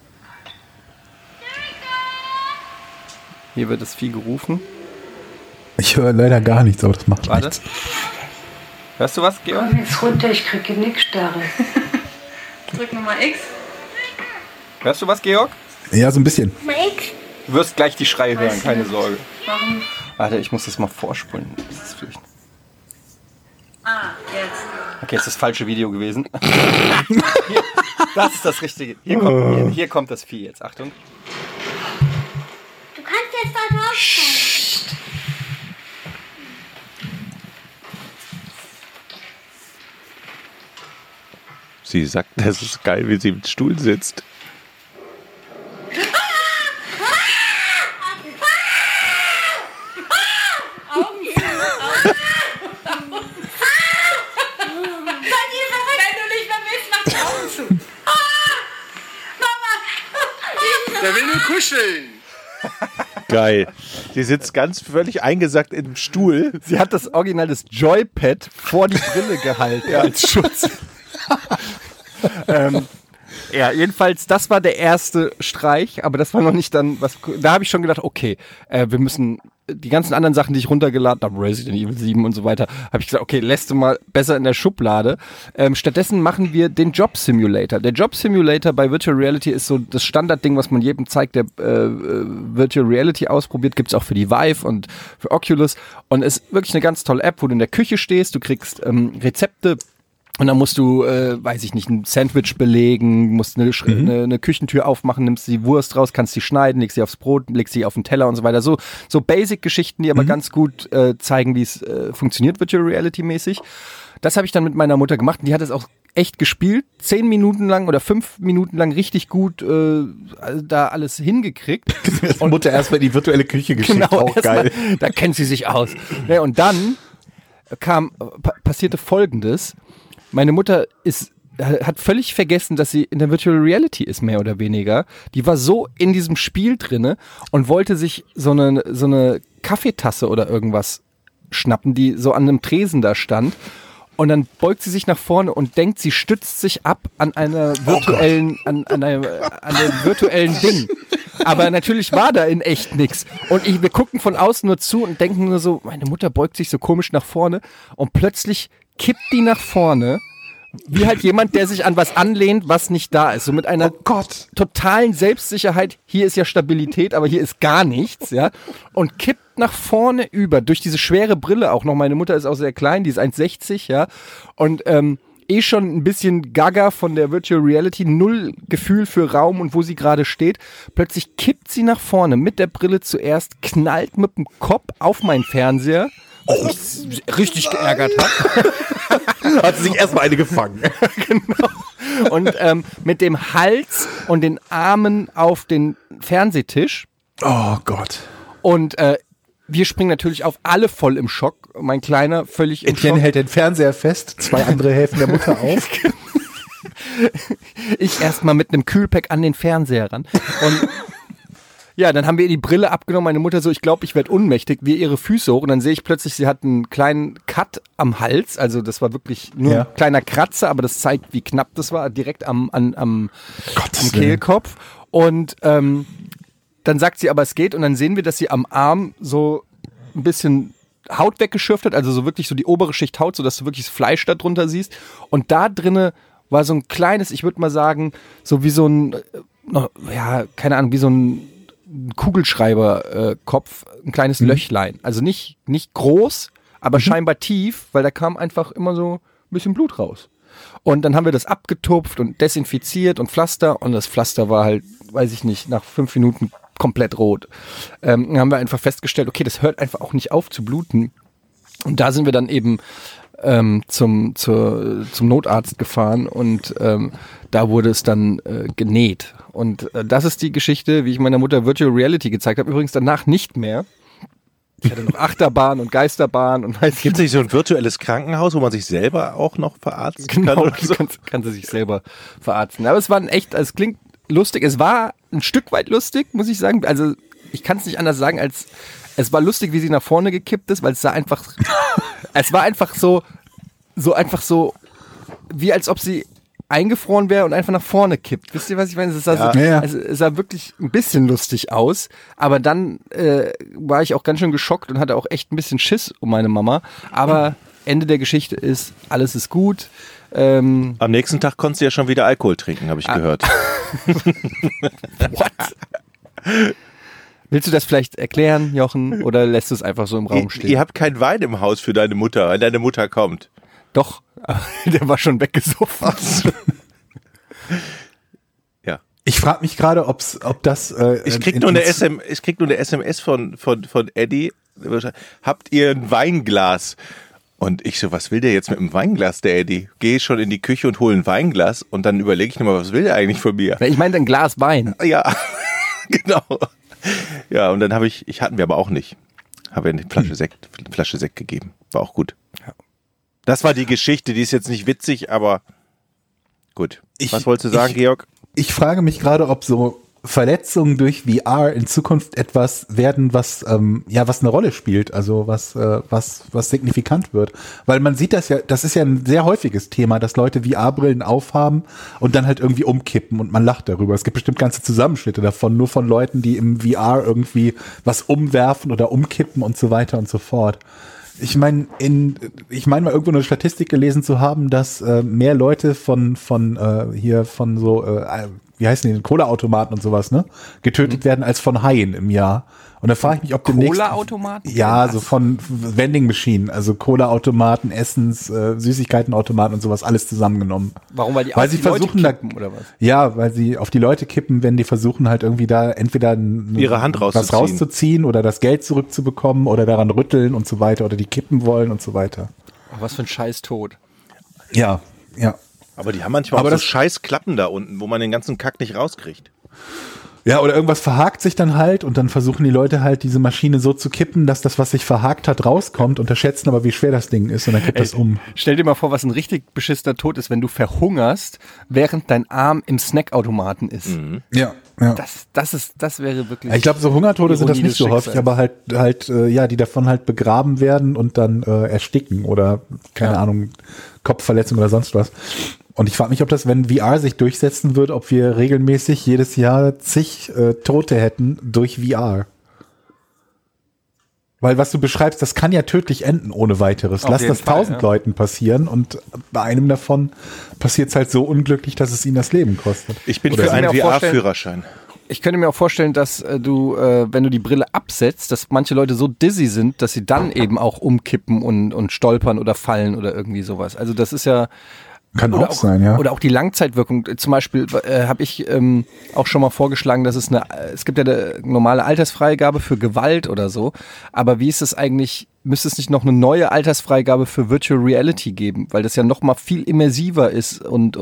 Hier wird das Vieh gerufen. Ich höre leider gar nichts, aber das macht Warte. nichts. Hörst du was, Georg? Komm jetzt runter, ich kriege Genickstarre. Drück Nummer X. Hörst du was, Georg? Ja, so ein bisschen. Du wirst gleich die Schreie hören, keine Sorge. Warum? Warte, ich muss das mal vorspulen. Das ist vielleicht... Ah, jetzt. Okay, ist das falsche Video gewesen. Hier, das ist das Richtige. Hier kommt das Vieh jetzt. Achtung. Du kannst jetzt da drauf sein. Sie sagt, das ist geil, wie sie im Stuhl sitzt. Wenn du nicht mehr willst, mach die Augen zu. Der will nur kuscheln. Geil. Sie sitzt ganz völlig eingesackt im Stuhl. Sie hat das Original des Joypad vor die Brille gehalten als Schutz. Ja, jedenfalls, das war der erste Streich, aber das war noch nicht dann, da habe ich schon gedacht, okay, wir müssen die ganzen anderen Sachen, die ich runtergeladen habe, Resident Evil 7 und so weiter, habe ich gesagt, okay, lässt du mal besser in der Schublade. Stattdessen machen wir den Job Simulator. Der Job Simulator bei Virtual Reality ist so das Standardding, was man jedem zeigt, der Virtual Reality ausprobiert. Gibt's auch für die Vive und für Oculus. Und ist wirklich eine ganz tolle App, wo du in der Küche stehst, du kriegst Rezepte. Und dann musst du, weiß ich nicht, ein Sandwich belegen, musst eine Küchentür aufmachen, nimmst die Wurst raus, kannst die schneiden, legst sie aufs Brot, legst sie auf den Teller und so weiter. So Basic-Geschichten, die aber ganz gut zeigen, wie es funktioniert, Virtual Reality-mäßig. Das habe ich dann mit meiner Mutter gemacht und die hat es auch echt gespielt. 10 Minuten lang oder 5 Minuten lang richtig gut da alles hingekriegt. Und Mutter erstmal in die virtuelle Küche geschickt, genau, auch geil. Da kennt sie sich aus. Ja, und dann passierte Folgendes. Meine Mutter hat völlig vergessen, dass sie in der Virtual Reality ist, mehr oder weniger. Die war so in diesem Spiel drinne und wollte sich so eine Kaffeetasse oder irgendwas schnappen, die so an einem Tresen da stand. Und dann beugt sie sich nach vorne und denkt, sie stützt sich ab an einer virtuellen, an einem virtuellen Ding. Aber natürlich war da in echt nichts. Und wir gucken von außen nur zu und denken nur so, meine Mutter beugt sich so komisch nach vorne und plötzlich kippt die nach vorne, wie halt jemand, der sich an was anlehnt, was nicht da ist. So mit einer totalen Selbstsicherheit, hier ist ja Stabilität, aber hier ist gar nichts, ja. Und kippt nach vorne über, durch diese schwere Brille auch noch. Meine Mutter ist auch sehr klein, die ist 1,60, ja. Und schon ein bisschen gaga von der Virtual Reality, null Gefühl für Raum und wo sie gerade steht. Plötzlich kippt sie nach vorne mit der Brille zuerst, knallt mit dem Kopf auf meinen Fernseher, was mich richtig geärgert hat. Hat sie sich erstmal eine gefangen. Genau. Und mit dem Hals und den Armen auf den Fernsehtisch. Oh Gott. Und wir springen natürlich auf, alle voll im Schock. Mein Kleiner völlig im Etienne Schock. hält den Fernseher fest, 2 andere helfen der Mutter auf. Ich erstmal mit einem Kühlpack an den Fernseher ran. Und ja, dann haben wir ihr die Brille abgenommen. Meine Mutter so, ich glaube, ich werde ohnmächtig. Wir ihre Füße hoch und dann sehe ich plötzlich, sie hat einen kleinen Cut am Hals. Also das war wirklich nur ein kleiner Kratzer, aber das zeigt, wie knapp das war, direkt am Kehlkopf. Und dann sagt sie aber, es geht. Und dann sehen wir, dass sie am Arm so ein bisschen Haut weggeschürft hat, also so wirklich so die obere Schicht Haut, sodass du wirklich das Fleisch da drunter siehst. Und da drinne war so ein kleines, ich würde mal sagen, so wie so ein, ja, keine Ahnung, wie so ein Kugelschreiber-Kopf, ein kleines Löchlein. Also nicht groß, aber scheinbar tief, weil da kam einfach immer so ein bisschen Blut raus. Und dann haben wir das abgetupft und desinfiziert und Pflaster und das Pflaster war halt, weiß ich nicht, nach 5 Minuten komplett rot. Dann haben wir einfach festgestellt, okay, das hört einfach auch nicht auf zu bluten. Und da sind wir dann eben zum Notarzt gefahren und da wurde es dann genäht. Und das ist die Geschichte, wie ich meiner Mutter Virtual Reality gezeigt habe. Übrigens danach nicht mehr. Ich hatte noch Achterbahn und Geisterbahn und weiß Gibt es nicht so ein virtuelles Krankenhaus, wo man sich selber auch noch verarzten kann? Genau, Oder so? kann sie sich selber verarzten. Aber es war es klingt lustig. Es war ein Stück weit lustig, muss ich sagen. Also ich kann es nicht anders sagen, als es war lustig, wie sie nach vorne gekippt ist, weil es war einfach so, wie als ob sie eingefroren wäre und einfach nach vorne kippt. Wisst ihr, was ich meine? Es sah wirklich ein bisschen lustig aus, aber dann war ich auch ganz schön geschockt und hatte auch echt ein bisschen Schiss um meine Mama. Aber Ende der Geschichte ist, alles ist gut. Am nächsten Tag konntest du ja schon wieder Alkohol trinken, habe ich gehört. What? Willst du das vielleicht erklären, Jochen, oder lässt du es einfach so im Raum stehen? Ihr habt keinen Wein im Haus für deine Mutter, wenn deine Mutter kommt. Doch, der war schon weggesoffen. Ja. Ich frage mich gerade, ob das Ich krieg nur eine SMS von Eddie. Habt ihr ein Weinglas? Und ich so, was will der jetzt mit dem Weinglas, der Eddie? Gehe schon in die Küche und hole ein Weinglas und dann überlege ich nochmal, was will der eigentlich von mir? Ich meine ein Glas Wein. Ja, genau. Ja, und dann hatten wir aber auch nicht. Habe eine Flasche Sekt gegeben. War auch gut. Ja. Das war die Geschichte, die ist jetzt nicht witzig, aber gut. Was wolltest du sagen, Georg? Ich frage mich gerade, ob so Verletzungen durch VR in Zukunft etwas werden, was was eine Rolle spielt, also was signifikant wird. Weil man sieht das ist ja ein sehr häufiges Thema, dass Leute VR-Brillen aufhaben und dann halt irgendwie umkippen und man lacht darüber. Es gibt bestimmt ganze Zusammenschnitte davon, nur von Leuten, die im VR irgendwie was umwerfen oder umkippen und so weiter und so fort. Ich meine mal irgendwo eine Statistik gelesen zu haben, dass mehr Leute von wie heißen die, Cola-Automaten und sowas, ne, getötet werden als von Haien im Jahr. Und da frage ich mich, ob demnächst... Cola-Automaten? Ja, so von Vending Machine, also Cola-Automaten, Süßigkeitenautomaten und sowas, alles zusammengenommen. Warum? Weil sie versuchen Leute kippen, oder was? Ja, weil sie auf die Leute kippen, wenn die versuchen halt irgendwie da entweder ihre Hand was rauszuziehen oder das Geld zurückzubekommen oder daran rütteln und so weiter oder die kippen wollen und so weiter. Oh, was für ein scheiß Tod. Ja. Aber die haben manchmal auch so scheiß Klappen da unten, wo man den ganzen Kack nicht rauskriegt. Ja, oder irgendwas verhakt sich dann halt und dann versuchen die Leute halt diese Maschine so zu kippen, dass das, was sich verhakt hat, rauskommt, unterschätzen aber, wie schwer das Ding ist und dann kippt das um. Stell dir mal vor, was ein richtig beschissener Tod ist, wenn du verhungerst, während dein Arm im Snackautomaten ist. Mhm. Ja. Das wäre wirklich... Ich glaube, so Hungertode sind das nicht so häufig, aber halt die davon halt begraben werden und dann ersticken oder, keine Ahnung, Kopfverletzung oder sonst was. Und ich frage mich, ob das, wenn VR sich durchsetzen wird, ob wir regelmäßig jedes Jahr zig Tote hätten durch VR. Weil was du beschreibst, das kann ja tödlich enden ohne weiteres. Lass das 1000 Leuten passieren und bei einem davon passiert es halt so unglücklich, dass es ihnen das Leben kostet. Ich bin für einen VR-Führerschein. Ich könnte mir auch vorstellen, dass du, wenn du die Brille absetzt, dass manche Leute so dizzy sind, dass sie dann eben auch umkippen und stolpern oder fallen oder irgendwie sowas. Also das ist ja... Kann auch sein, ja. Oder auch die Langzeitwirkung. Zum Beispiel habe ich auch schon mal vorgeschlagen, dass es gibt ja eine normale Altersfreigabe für Gewalt oder so. Aber wie ist es eigentlich, müsste es nicht noch eine neue Altersfreigabe für Virtual Reality geben? Weil das ja noch mal viel immersiver ist und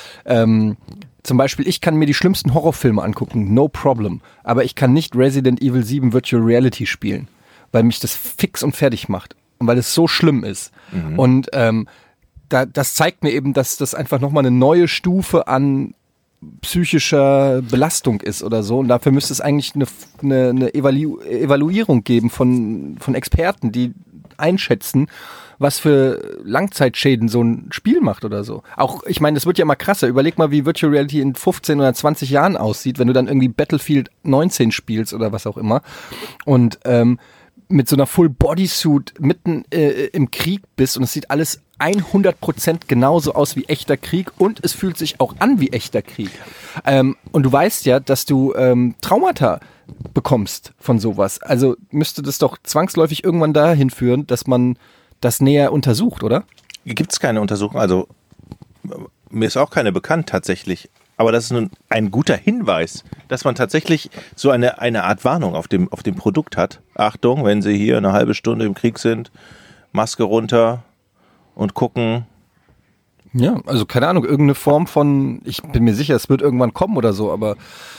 zum Beispiel, ich kann mir die schlimmsten Horrorfilme angucken, no problem. Aber ich kann nicht Resident Evil 7 Virtual Reality spielen, weil mich das fix und fertig macht. Und weil es so schlimm ist. Mhm. Und das zeigt mir eben, dass das einfach nochmal eine neue Stufe an psychischer Belastung ist oder so. Und dafür müsste es eigentlich eine Evaluierung geben von Experten, die einschätzen, was für Langzeitschäden so ein Spiel macht oder so. Auch, ich meine, das wird ja immer krasser. Überleg mal, wie Virtual Reality in 15 oder 20 Jahren aussieht, wenn du dann irgendwie Battlefield 19 spielst oder was auch immer. Und mit so einer Full-Bodysuit mitten im Krieg bist und es sieht alles 100% genauso aus wie echter Krieg und es fühlt sich auch an wie echter Krieg. Und du weißt ja, dass du Traumata bekommst von sowas. Also müsste das doch zwangsläufig irgendwann dahin führen, dass man das näher untersucht, oder? Gibt es keine Untersuchung, also mir ist auch keine bekannt tatsächlich. Aber das ist nun ein guter Hinweis, dass man tatsächlich so eine Art Warnung auf dem Produkt hat. Achtung, wenn Sie hier eine halbe Stunde im Krieg sind, Maske runter und gucken. Ja, also keine Ahnung, irgendeine Form von, ich bin mir sicher, es wird irgendwann kommen oder so, aber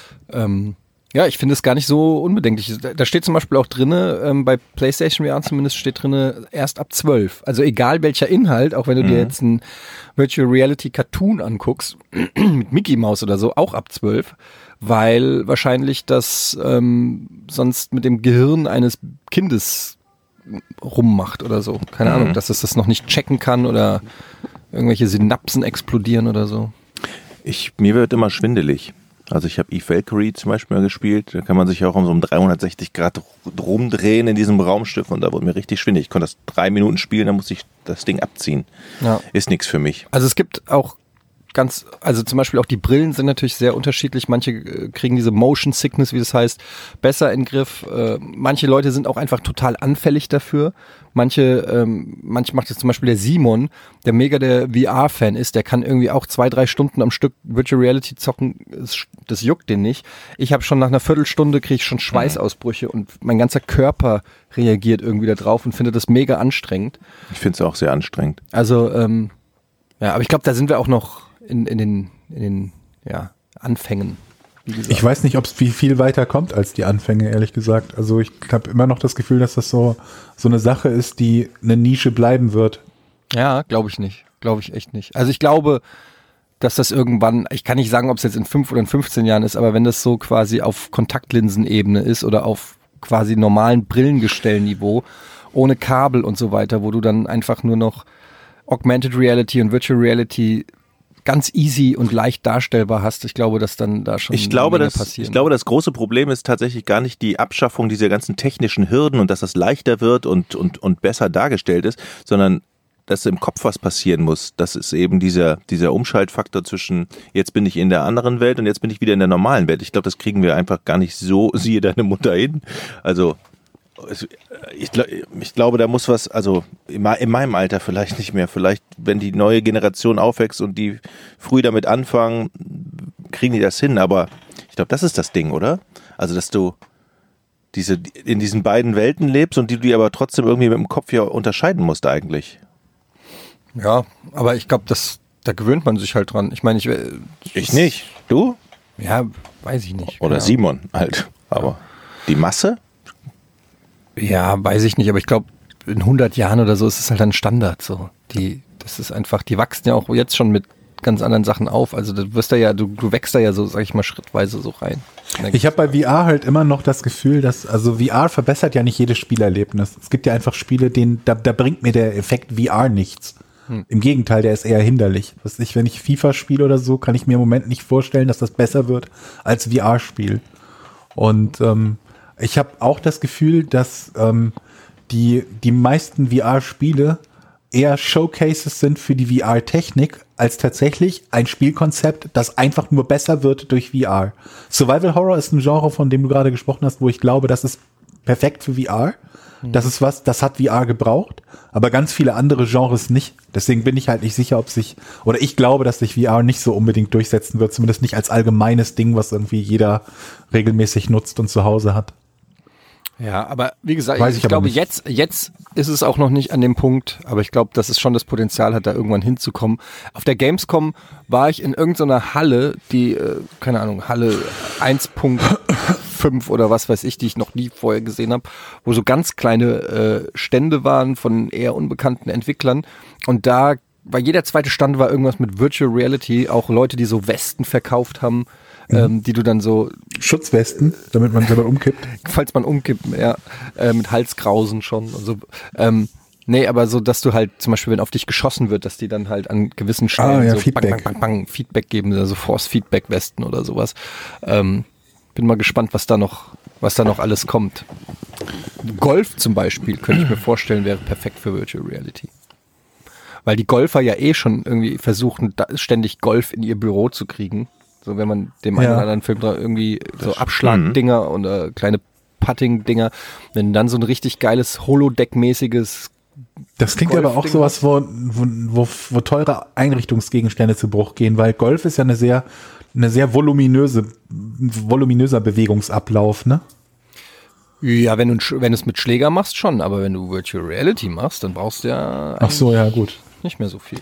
ja, ich finde es gar nicht so unbedenklich. Da steht zum Beispiel auch drinne, bei PlayStation VR zumindest steht drinne, erst ab 12. Also egal welcher Inhalt, auch wenn du dir jetzt einen Virtual Reality Cartoon anguckst, mit Mickey Mouse oder so, auch ab 12, weil wahrscheinlich das sonst mit dem Gehirn eines Kindes rummacht oder so. Keine Ahnung, dass es das noch nicht checken kann oder irgendwelche Synapsen explodieren oder so. Mir wird immer schwindelig. Also ich habe Eve Valkyrie zum Beispiel mal gespielt, da kann man sich auch um so 360 Grad rumdrehen in diesem Raumschiff und da wurde mir richtig schwindelig. Ich konnte das 3 Minuten spielen, dann musste ich das Ding abziehen. Ja. Ist nichts für mich. Also es gibt auch also zum Beispiel auch die Brillen sind natürlich sehr unterschiedlich. Manche kriegen diese Motion Sickness, wie das heißt, besser in den Griff. Manche Leute sind auch einfach total anfällig dafür. Manche macht das zum Beispiel der Simon, der mega der VR-Fan ist, der kann irgendwie auch 2-3 Stunden am Stück Virtual Reality zocken. Das juckt den nicht. Ich habe schon nach einer Viertelstunde kriege ich schon Schweißausbrüche und mein ganzer Körper reagiert irgendwie da drauf und finde das mega anstrengend. Ich finde es auch sehr anstrengend. Also ja, aber ich glaube, da sind wir auch noch in den Anfängen. Ich weiß nicht, ob es viel weiter kommt als die Anfänge, ehrlich gesagt. Also ich habe immer noch das Gefühl, dass das so eine Sache ist, die eine Nische bleiben wird. Ja, glaube ich nicht. Glaube ich echt nicht. Also ich glaube, dass das irgendwann, ich kann nicht sagen, ob es jetzt in 5 oder in 15 Jahren ist, aber wenn das so quasi auf Kontaktlinsenebene ist oder auf quasi normalen Brillengestellniveau, ohne Kabel und so weiter, wo du dann einfach nur noch Augmented Reality und Virtual Reality ganz easy und leicht darstellbar hast. Ich glaube, dass dann da schon passiert. Ich glaube, das große Problem ist tatsächlich gar nicht die Abschaffung dieser ganzen technischen Hürden und dass das leichter wird und besser dargestellt ist, sondern dass im Kopf was passieren muss. Das ist eben dieser Umschaltfaktor zwischen jetzt bin ich in der anderen Welt und jetzt bin ich wieder in der normalen Welt. Ich glaube, das kriegen wir einfach gar nicht so, siehe deine Mutter hin. Also ich glaube, da muss was, also in meinem Alter vielleicht nicht mehr. Vielleicht, wenn die neue Generation aufwächst und die früh damit anfangen, kriegen die das hin. Aber ich glaube, das ist das Ding, oder? Also, dass du in diesen beiden Welten lebst und die aber trotzdem irgendwie mit dem Kopf ja unterscheiden musst eigentlich. Ja, aber ich glaube, da gewöhnt man sich halt dran. Ich meine, ich nicht. Du? Ja, weiß ich nicht. Oder Simon halt. Aber die Masse? Ja, weiß ich nicht. Aber ich glaube, in 100 Jahren oder so ist es halt ein Standard. So, das ist einfach. Die wachsen ja auch jetzt schon mit ganz anderen Sachen auf. Also du wirst du wächst da ja so, sag ich mal, schrittweise so rein. Ich habe bei VR halt immer noch das Gefühl, dass, also VR verbessert ja nicht jedes Spielerlebnis. Es gibt ja einfach Spiele, da bringt mir der Effekt VR nichts. Im Gegenteil, der ist eher hinderlich. Wenn ich FIFA spiele oder so, kann ich mir im Moment nicht vorstellen, dass das besser wird als VR-Spiel. Und ich habe auch das Gefühl, dass die meisten VR-Spiele eher Showcases sind für die VR-Technik, als tatsächlich ein Spielkonzept, das einfach nur besser wird durch VR. Survival Horror ist ein Genre, von dem du gerade gesprochen hast, wo ich glaube, das ist perfekt für VR. Das ist das hat VR gebraucht, aber ganz viele andere Genres nicht. Deswegen bin ich halt nicht sicher, ich glaube, dass sich VR nicht so unbedingt durchsetzen wird, zumindest nicht als allgemeines Ding, was irgendwie jeder regelmäßig nutzt und zu Hause hat. Ja, aber wie gesagt, ich aber glaube, nicht. jetzt ist es auch noch nicht an dem Punkt, aber ich glaube, dass es schon das Potenzial hat, da irgendwann hinzukommen. Auf der Gamescom war ich in irgendeiner Halle, die, keine Ahnung, Halle 1.5 oder was weiß ich, die ich noch nie vorher gesehen habe, wo so ganz kleine Stände waren von eher unbekannten Entwicklern und da bei jeder zweite Stand war irgendwas mit Virtual Reality, auch Leute, die so Westen verkauft haben, die du dann so... Schutzwesten, damit man selber umkippt. Falls man umkippt, ja. Mit Halskrausen schon und so. Nee, aber so, dass du halt zum Beispiel, wenn auf dich geschossen wird, dass die dann halt an gewissen Stellen so Feedback. Bang, bang, bang, bang, Feedback geben, also Force-Feedback-Westen oder sowas. Bin mal gespannt, was da noch alles kommt. Golf zum Beispiel, könnte ich mir vorstellen, wäre perfekt für Virtual Reality. Weil die Golfer ja schon irgendwie versuchen, ständig Golf in ihr Büro zu kriegen. So, wenn man dem einen oder anderen Film da irgendwie so Abschlagdinger oder kleine Putting-Dinger, wenn dann so ein richtig geiles Holodeck-mäßiges Das klingt aber auch sowas, wo teure Einrichtungsgegenstände zu Bruch gehen, weil Golf ist ja eine sehr voluminöser Bewegungsablauf, ne? Ja, wenn du es mit Schläger machst schon, aber wenn du Virtual Reality machst, dann brauchst du ja gut. Nicht mehr so viel.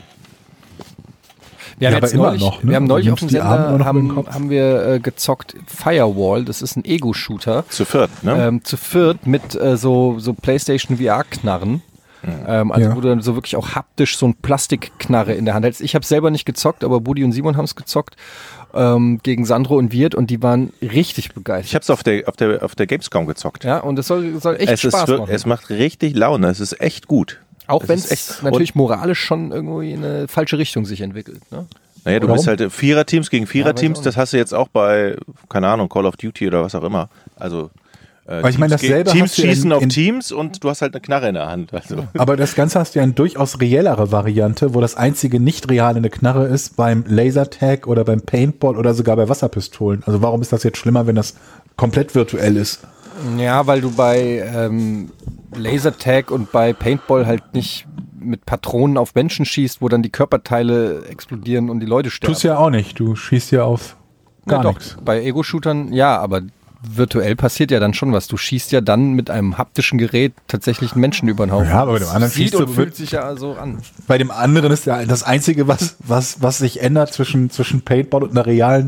Wir haben neulich auf dem Sender haben wir gezockt Firewall, das ist ein Ego-Shooter. Zu viert, ne? Zu viert mit so PlayStation VR-Knarren. Wo du dann so wirklich auch haptisch so ein Plastikknarre in der Hand hältst. Ich habe selber nicht gezockt, aber Budi und Simon haben es gezockt gegen Sandro und Wirt und die waren richtig begeistert. Ich habe es auf der Gamescom gezockt. Ja, und es soll echt Spaß machen. Es macht richtig Laune, es ist echt gut. Auch wenn es natürlich moralisch schon irgendwie in eine falsche Richtung sich entwickelt. Ne? Naja, du bist halt Viererteams gegen Viererteams, das hast du jetzt auch bei, keine Ahnung, Call of Duty oder was auch immer. Also ich meine, dasselbe Teams schießen auf Teams und du hast halt eine Knarre in der Hand. Also. Aber das Ganze hast du ja eine durchaus reellere Variante, wo das einzige nicht reale eine Knarre ist beim Lasertag oder beim Paintball oder sogar bei Wasserpistolen. Also warum ist das jetzt schlimmer, wenn das komplett virtuell ist? Ja, weil du bei Lasertag und bei Paintball halt nicht mit Patronen auf Menschen schießt, wo dann die Körperteile explodieren und die Leute sterben. Tust ja auch nicht, du schießt ja auf gar nichts. Bei Ego-Shootern ja, aber virtuell passiert ja dann schon was. Du schießt ja dann mit einem haptischen Gerät tatsächlich einen Menschen über den Haufen. Ja, aber bei dem anderen sieht und fühlt sich ja so an. Bei dem anderen ist ja das Einzige, was sich ändert zwischen Paintball und einer realen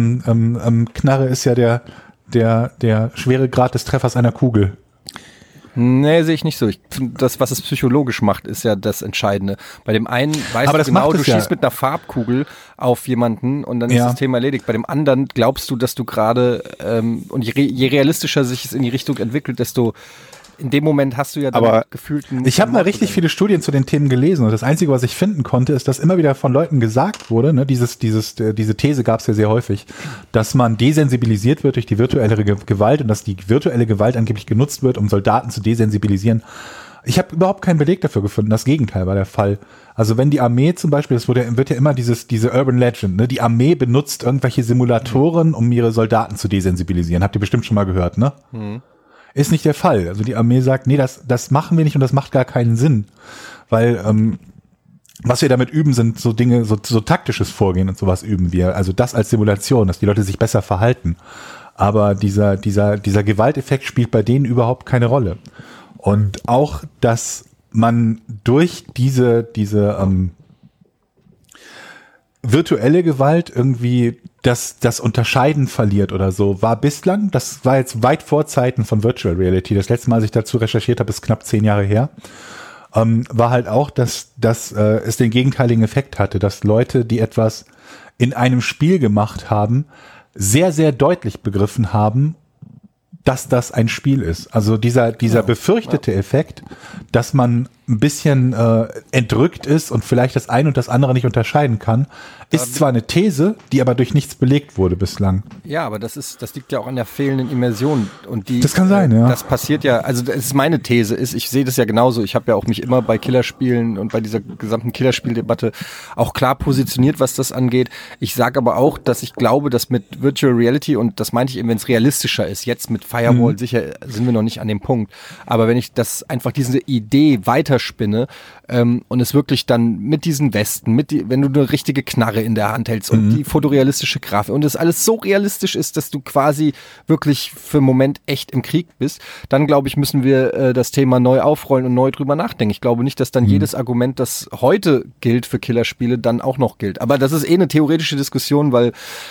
Knarre, ist ja der Schweregrad des Treffers einer Kugel. Nee, sehe ich nicht so. Ich finde, das, was es psychologisch macht, ist ja das Entscheidende. Bei dem einen weißt Aber du das genau, macht du es ja. schießt mit einer Farbkugel auf jemanden und dann ist Ja. das Thema erledigt. Bei dem anderen glaubst du, dass du gerade, und je realistischer sich es in die Richtung entwickelt, desto in dem Moment hast du ja dann Aber gefühlt Ich habe mal richtig viele Studien zu den Themen gelesen und das Einzige, was ich finden konnte, ist, dass immer wieder von Leuten gesagt wurde, ne, diese These gab es ja sehr häufig, dass man desensibilisiert wird durch die virtuelle Gewalt und dass die virtuelle Gewalt angeblich genutzt wird, um Soldaten zu desensibilisieren. Ich habe überhaupt keinen Beleg dafür gefunden. Das Gegenteil war der Fall. Also wenn die Armee zum Beispiel, das wird ja immer diese Urban Legend, ne, die Armee benutzt irgendwelche Simulatoren, um ihre Soldaten zu desensibilisieren. Habt ihr bestimmt schon mal gehört, ne? Ist nicht der Fall. Also die Armee sagt, nee, das machen wir nicht und das macht gar keinen Sinn. Weil was wir damit üben, sind so Dinge, so taktisches Vorgehen und sowas üben wir. Also das als Simulation, dass die Leute sich besser verhalten. Aber dieser Gewalteffekt spielt bei denen überhaupt keine Rolle. Und auch, dass man durch diese virtuelle Gewalt irgendwie das Unterscheiden verliert oder so, war bislang, das war jetzt weit vor Zeiten von Virtual Reality, das letzte Mal, als ich dazu recherchiert habe, ist knapp 10 Jahre her, war halt auch, dass es den gegenteiligen Effekt hatte, dass Leute, die etwas in einem Spiel gemacht haben, sehr, sehr deutlich begriffen haben, dass das ein Spiel ist. Also dieser befürchtete Effekt, dass man ein bisschen entrückt ist und vielleicht das eine und das andere nicht unterscheiden kann, ist zwar eine These, die aber durch nichts belegt wurde bislang. Ja, aber das liegt ja auch an der fehlenden Immersion. Und Das kann sein, ja. Das passiert ja, also das ist meine These, ich sehe das ja genauso. Ich habe ja auch mich immer bei Killerspielen und bei dieser gesamten Killerspieldebatte auch klar positioniert, was das angeht. Ich sage aber auch, dass ich glaube, dass mit Virtual Reality, und das meinte ich eben, wenn es realistischer ist, jetzt mit Firewall sicher sind wir noch nicht an dem Punkt, aber wenn ich das einfach diese Idee weiterspinne und es wirklich dann mit diesen Westen, wenn du eine richtige Knarre in der Hand hältst und die fotorealistische Grafik und es alles so realistisch ist, dass du quasi wirklich für einen Moment echt im Krieg bist, dann glaube ich, müssen wir das Thema neu aufrollen und neu drüber nachdenken. Ich glaube nicht, dass dann jedes Argument, das heute gilt für Killerspiele, dann auch noch gilt. Aber das ist eine theoretische Diskussion, weil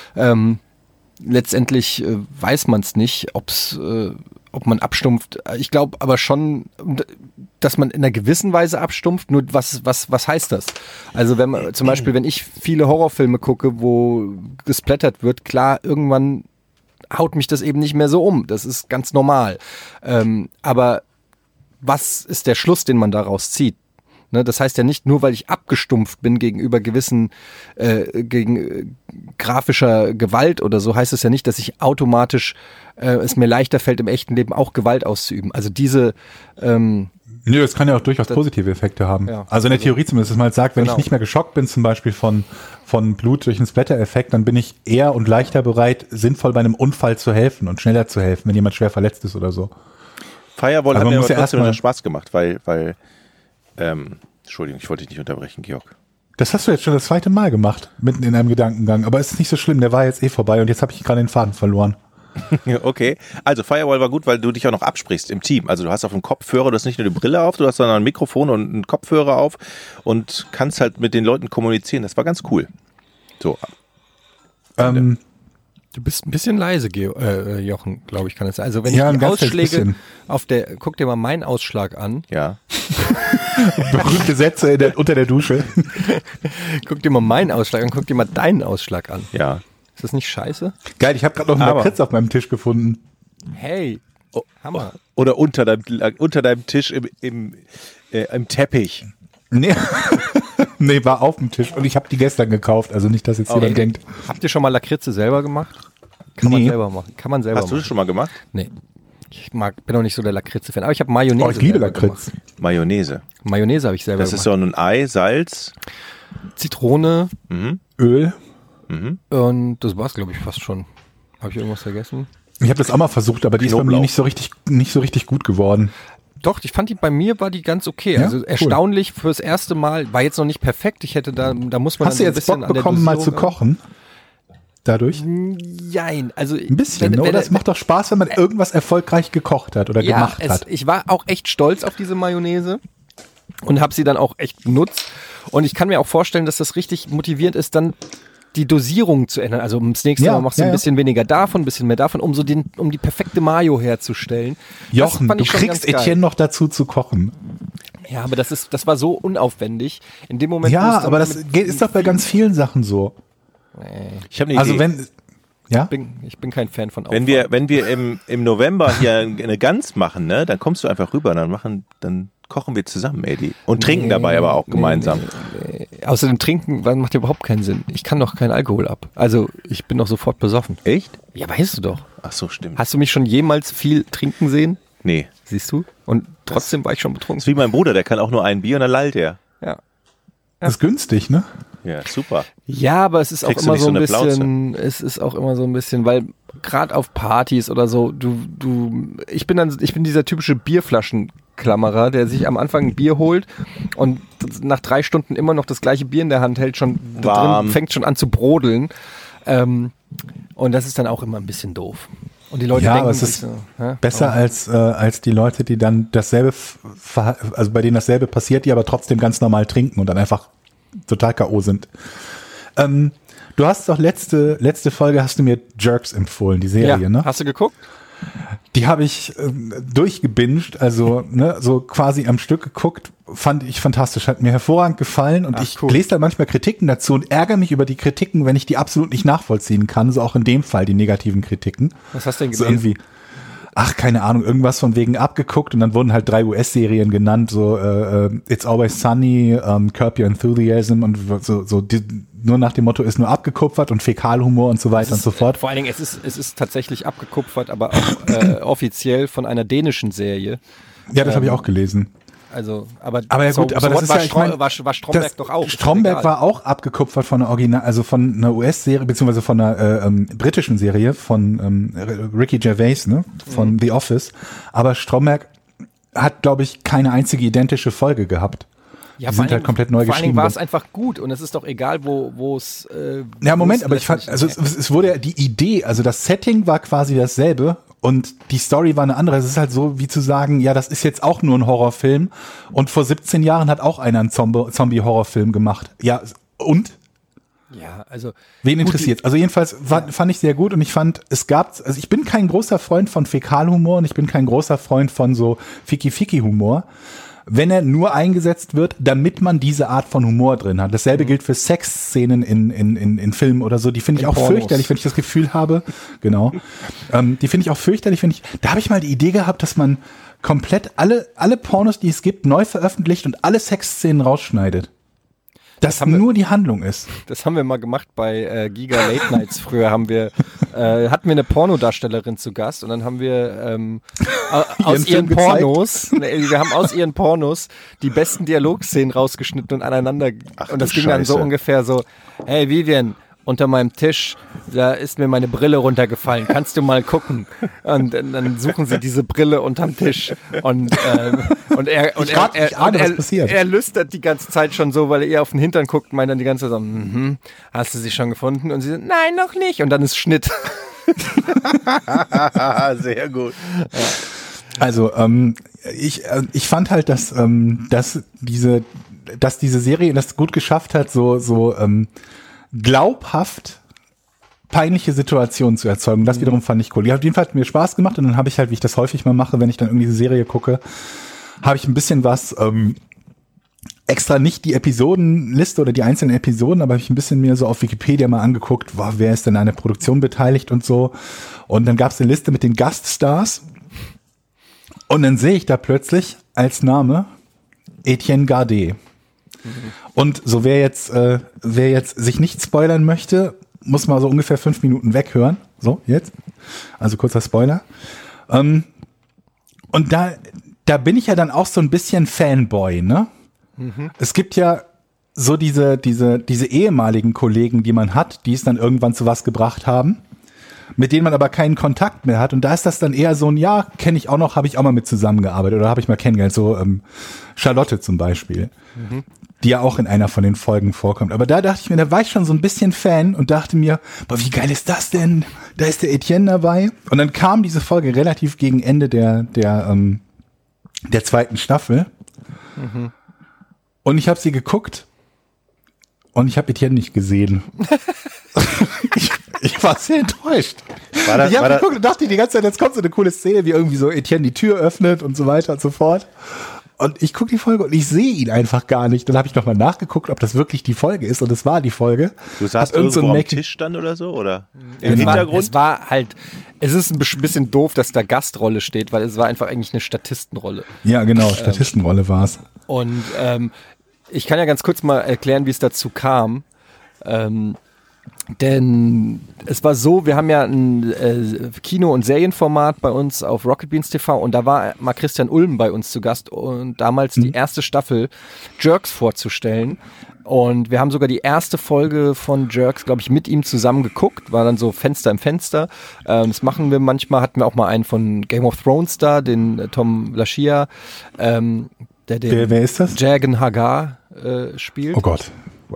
letztendlich weiß man es nicht, ob man abstumpft. Ich glaube aber schon, dass man in einer gewissen Weise abstumpft. Nur was heißt das? Also wenn man zum Beispiel, wenn ich viele Horrorfilme gucke, wo gesplattert wird, klar, irgendwann haut mich das eben nicht mehr so um. Das ist ganz normal. Aber was ist der Schluss, den man daraus zieht? Ne, das heißt ja nicht, nur weil ich abgestumpft bin gegenüber gewissen, gegen grafischer Gewalt oder so, heißt es ja nicht, dass ich automatisch es mir leichter fällt, im echten Leben auch Gewalt auszuüben. Also diese Nö, das kann ja auch durchaus positive Effekte haben. Ja, also in der Theorie zumindest, dass man halt sagt, wenn ich nicht mehr geschockt bin, zum Beispiel von Blut durch einen Splatter-Effekt, dann bin ich eher und leichter bereit, sinnvoll bei einem Unfall zu helfen und schneller zu helfen, wenn jemand schwer verletzt ist oder so. Firewall Also hat mir man aber muss ja trotzdem erstmal- Spaß gemacht, weil Entschuldigung, ich wollte dich nicht unterbrechen, Georg. Das hast du jetzt schon das zweite Mal gemacht, mitten in einem Gedankengang. Aber es ist nicht so schlimm, der war jetzt eh vorbei und jetzt habe ich gerade den Faden verloren. Okay, also Firewall war gut, weil du dich auch noch absprichst im Team. Also du hast auf dem Kopfhörer, du hast nicht nur eine Brille auf, du hast sondern ein Mikrofon und einen Kopfhörer auf und kannst halt mit den Leuten kommunizieren. Das war ganz cool. So. Du bist ein bisschen leise, Jochen, glaube ich, kann es sein. Also wenn Ja, ich ein die ganz Ausschläge bisschen. guck dir mal meinen Ausschlag an. Ja. Berühmte Sätze unter der Dusche. Guck dir mal meinen Ausschlag an, guck dir mal deinen Ausschlag an. Ja. Ist das nicht scheiße? Geil, ich habe gerade noch einen Aber- Lakritz auf meinem Tisch gefunden. Hey, Hammer. Oder unter deinem Tisch im Teppich. Nee. Nee, war auf dem Tisch und ich habe die gestern gekauft, also nicht, dass jetzt jemand denkt. Habt ihr schon mal Lakritze selber gemacht? Kann man selber machen. Kann man selber Hast du machen. das schon mal gemacht? Nee. Bin auch nicht so der Lakritze-Fan, aber ich habe Mayonnaise. Oh, ich liebe selber Lakritz. Mayonnaise. gemacht. Mayonnaise habe ich selber Das ist gemacht. so ein Ei, Salz. Zitrone Öl. und das war's, glaube ich, fast schon. Habe ich irgendwas vergessen? Ich habe das auch mal versucht, aber die ist bei mir Knoblauch. nicht so richtig gut geworden. Doch, ich fand bei mir war die ganz okay. Ja? Also Cool. erstaunlich fürs erste Mal, war jetzt noch nicht perfekt. Ich hätte da muss man Hast du dann so ein jetzt bisschen Bock an der bekommen, mal Dosierung zu kochen? Dadurch? Jein, also Ein bisschen, oder? Es macht doch Spaß, wenn man irgendwas erfolgreich gekocht hat oder gemacht hat. Ich war auch echt stolz auf diese Mayonnaise und habe sie dann auch echt benutzt. Und ich kann mir auch vorstellen, dass das richtig motivierend ist, dann die Dosierung zu ändern. Also das nächste Mal machst du ein bisschen weniger davon, ein bisschen mehr davon, um die perfekte Mayo herzustellen. Jochen, du kriegst Etienne noch dazu zu kochen. Ja, aber das war so unaufwendig. In dem Moment. Ja, aber das ist doch bei ganz vielen Sachen so. Ich habe eine Idee. Ich bin kein Fan von Aufwand. Wenn wir im November hier eine Gans machen, ne, dann kommst du einfach rüber, dann kochen wir zusammen, Eddie. Und trinken dabei aber auch gemeinsam. Nee. Außerdem trinken macht ja überhaupt keinen Sinn. Ich kann doch keinen Alkohol ab. Also ich bin doch sofort besoffen. Echt? Ja, weißt du doch. Ach so, stimmt. Hast du mich schon jemals viel trinken sehen? Nee. Siehst du? Und trotzdem war ich schon betrunken. Das ist wie mein Bruder, der kann auch nur ein Bier und dann lallt er. Ja. Das ist günstig, ne? Ja, super. Ja, aber es ist auch immer so ein bisschen, weil gerade auf Partys oder so, ich bin dieser typische Bierflaschenklammerer, der sich am Anfang ein Bier holt und nach 3 Stunden immer noch das gleiche Bier in der Hand hält, schon da drin fängt schon an zu brodeln. Und das ist dann auch immer ein bisschen doof. Und die Leute denken, aber es ist besser als die Leute, die dann dasselbe, also bei denen dasselbe passiert, die aber trotzdem ganz normal trinken und dann einfach total K.O. sind. Du hast doch letzte Folge hast du mir Jerks empfohlen, die Serie, ne? Hast du geguckt? Die habe ich durchgebinged, also so quasi am Stück geguckt, fand ich fantastisch, hat mir hervorragend gefallen und ich lese da manchmal Kritiken dazu und ärgere mich über die Kritiken, wenn ich die absolut nicht nachvollziehen kann, so auch in dem Fall die negativen Kritiken. Was hast du denn gelesen? So irgendwie, keine Ahnung, irgendwas von wegen abgeguckt und dann wurden halt 3 US-Serien genannt, so It's Always Sunny, Curb Your Enthusiasm und so nur nach dem Motto ist nur abgekupfert und Fäkalhumor und so weiter und so fort. Vor allen Dingen, es ist tatsächlich abgekupfert, aber auch offiziell von einer dänischen Serie. Ja, das habe ich auch gelesen. Also, aber ja gut, aber das ist ja, ich meine, war Stromberg doch auch. Stromberg war auch abgekupfert von einer US-Serie, beziehungsweise von einer britischen Serie von Ricky Gervais, ne, von The Office. Aber Stromberg hat, glaube ich, keine einzige identische Folge gehabt. Ja, die sind halt komplett neu geschrieben. Vor allen Dingen war es einfach gut und es ist doch egal, wo es. Ja, Moment, aber ich fand, also es wurde ja die Idee, also das Setting war quasi dasselbe. Und die Story war eine andere. Es ist halt so, wie zu sagen, ja, das ist jetzt auch nur ein Horrorfilm. Und vor 17 Jahren hat auch einer einen Zombie-Horrorfilm gemacht. Ja, und? Ja, also. Wen interessiert? Also jedenfalls fand ich sehr gut und ich fand, also ich bin kein großer Freund von Fäkalhumor und ich bin kein großer Freund von so Fiki-Fiki-Humor. Wenn er nur eingesetzt wird, damit man diese Art von Humor drin hat. Dasselbe gilt für Sexszenen in Filmen oder so. Die finde ich auch fürchterlich, wenn ich das Gefühl habe. Genau. Die finde ich auch fürchterlich, da habe ich mal die Idee gehabt, dass man komplett alle Pornos, die es gibt, neu veröffentlicht und alle Sexszenen rausschneidet. Dass nur die Handlung ist. Das haben wir mal gemacht bei Giga Late Nights. Früher hatten wir eine Pornodarstellerin zu Gast und dann haben wir aus ihren Pornos die besten Dialogszenen rausgeschnitten und aneinander. Und das ging dann so ungefähr so: Hey Vivian, unter meinem Tisch, da ist mir meine Brille runtergefallen. Kannst du mal gucken? Und dann suchen sie diese Brille unterm Tisch. Und er lüstert die ganze Zeit schon so, weil er ihr auf den Hintern guckt und meint dann die ganze Zeit so, hast du sie schon gefunden? Und sie so, nein, noch nicht. Und dann ist Schnitt. Sehr gut. Ja. Also, ich fand halt, dass diese Serie das gut geschafft hat, so glaubhaft peinliche Situationen zu erzeugen. Das wiederum fand ich cool. Die hat auf jeden Fall mir Spaß gemacht und dann habe ich halt, wie ich das häufig mal mache, wenn ich dann irgendwie diese Serie gucke, habe ich ein bisschen was extra nicht die Episodenliste oder die einzelnen Episoden, aber habe ich ein bisschen mir so auf Wikipedia mal angeguckt, wer ist denn an der Produktion beteiligt und so. Und dann gab es eine Liste mit den Gaststars und dann sehe ich da plötzlich als Name Etienne Gardet. Und so wer jetzt sich nicht spoilern möchte, muss mal so ungefähr 5 Minuten weghören. So, jetzt. Also kurzer Spoiler. Und da bin ich ja dann auch so ein bisschen Fanboy, ne? Mhm. Es gibt ja so diese ehemaligen Kollegen, die man hat, die es dann irgendwann zu was gebracht haben, mit denen man aber keinen Kontakt mehr hat. Und da ist das dann eher so ein, ja, kenne ich auch noch, habe ich auch mal mit zusammengearbeitet oder habe ich mal kennengelernt. So Charlotte zum Beispiel. Mhm. Die ja auch in einer von den Folgen vorkommt. Aber da dachte ich mir, da war ich schon so ein bisschen Fan und dachte mir, boah, wie geil ist das denn? Da ist der Etienne dabei. Und dann kam diese Folge relativ gegen Ende der 2. Staffel. Mhm. Und ich habe sie geguckt und ich habe Etienne nicht gesehen. Ich war sehr enttäuscht. Ich war habe das- geguckt und dachte die ganze Zeit, jetzt kommt so eine coole Szene, wie irgendwie so Etienne die Tür öffnet und so weiter und so fort. Und ich gucke die Folge und ich sehe ihn einfach gar nicht. Dann habe ich nochmal nachgeguckt, ob das wirklich die Folge ist und es war die Folge. Du saßt Hat irgend so irgendwo ein am Mac- Tisch dann oder so? Oder im Es Hintergrund? war halt, es ist ein bisschen doof, dass da Gastrolle steht, weil es war einfach eigentlich eine Statistenrolle. Ja, genau, Statistenrolle war es. Und ich kann ja ganz kurz mal erklären, wie es dazu kam. Denn es war so, wir haben ja ein Kino- und Serienformat bei uns auf Rocket Beans TV und da war mal Christian Ulm bei uns zu Gast und damals die erste Staffel Jerks vorzustellen. Und wir haben sogar die erste Folge von Jerks, glaube ich, mit ihm zusammen geguckt. War dann so Fenster im Fenster. Das machen wir manchmal. Hatten wir auch mal einen von Game of Thrones da, den Tom Lashia, der den Wer ist das? Jagan Hagar spielt. Oh Gott.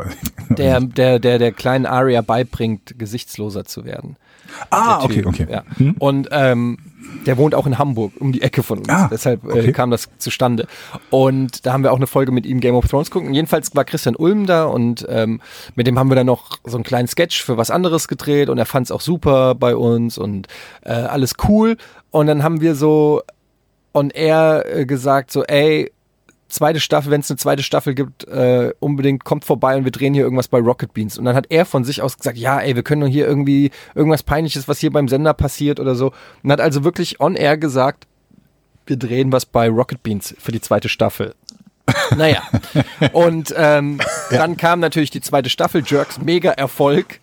Der kleinen Arya beibringt, gesichtsloser zu werden. Ah, Der Typ, okay. Ja. Und der wohnt auch in Hamburg, um die Ecke von uns. Ah, Deshalb okay. kam das zustande. Und da haben wir auch eine Folge mit ihm Game of Thrones gucken. Jedenfalls war Christian Ulm da und mit dem haben wir dann noch so einen kleinen Sketch für was anderes gedreht und er fand es auch super bei uns und alles cool. Und dann haben wir so on air gesagt, so ey, zweite Staffel, wenn es eine zweite Staffel gibt, unbedingt kommt vorbei und wir drehen hier irgendwas bei Rocket Beans. Und dann hat er von sich aus gesagt, ja, ey, wir können doch hier irgendwie irgendwas Peinliches, was hier beim Sender passiert oder so. Und hat also wirklich on air gesagt, wir drehen was bei Rocket Beans für die zweite Staffel. Naja. Und dann kam natürlich die zweite Staffel, Jerks, mega Erfolg.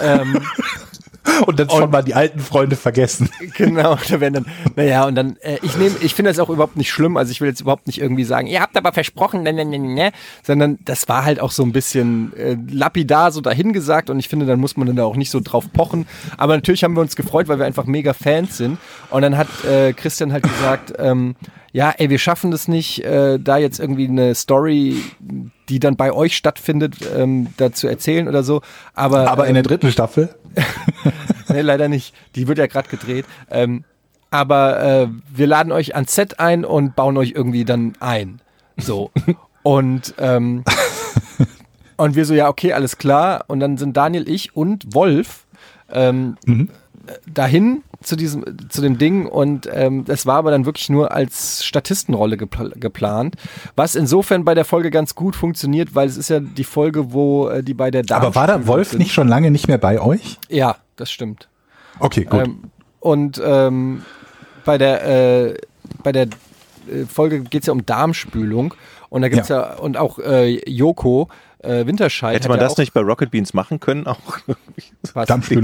Und dann schon mal die alten Freunde vergessen. Genau, da werden dann, naja, und dann, ich finde das auch überhaupt nicht schlimm, also ich will jetzt überhaupt nicht irgendwie sagen, ihr habt aber versprochen, ne, sondern das war halt auch so ein bisschen lapidar so dahingesagt und ich finde, dann muss man dann da auch nicht so drauf pochen, aber natürlich haben wir uns gefreut, weil wir einfach mega Fans sind und dann hat Christian halt gesagt, ja, ey, wir schaffen das nicht, da jetzt irgendwie eine Story, die dann bei euch stattfindet, da zu erzählen oder so, aber In der dritten Staffel? Nee, leider nicht. Die wird ja gerade gedreht. Aber wir laden euch ans Set ein und bauen euch irgendwie dann ein. So. Und wir so, ja, okay, alles klar. Und dann sind Daniel, ich und Wolf dahin zu dem Ding und das war aber dann wirklich nur als Statistenrolle geplant, was insofern bei der Folge ganz gut funktioniert, weil es ist ja die Folge, wo die bei der Dame. Aber war da Wolf nicht schon lange nicht mehr bei euch? Ja, das stimmt. Okay, gut. Bei der Folge geht es ja um Darmspülung und da gibt's ja und auch Joko Winterscheid. Hätte man das nicht bei Rocket Beans machen können? Auch Was? Darmspülung.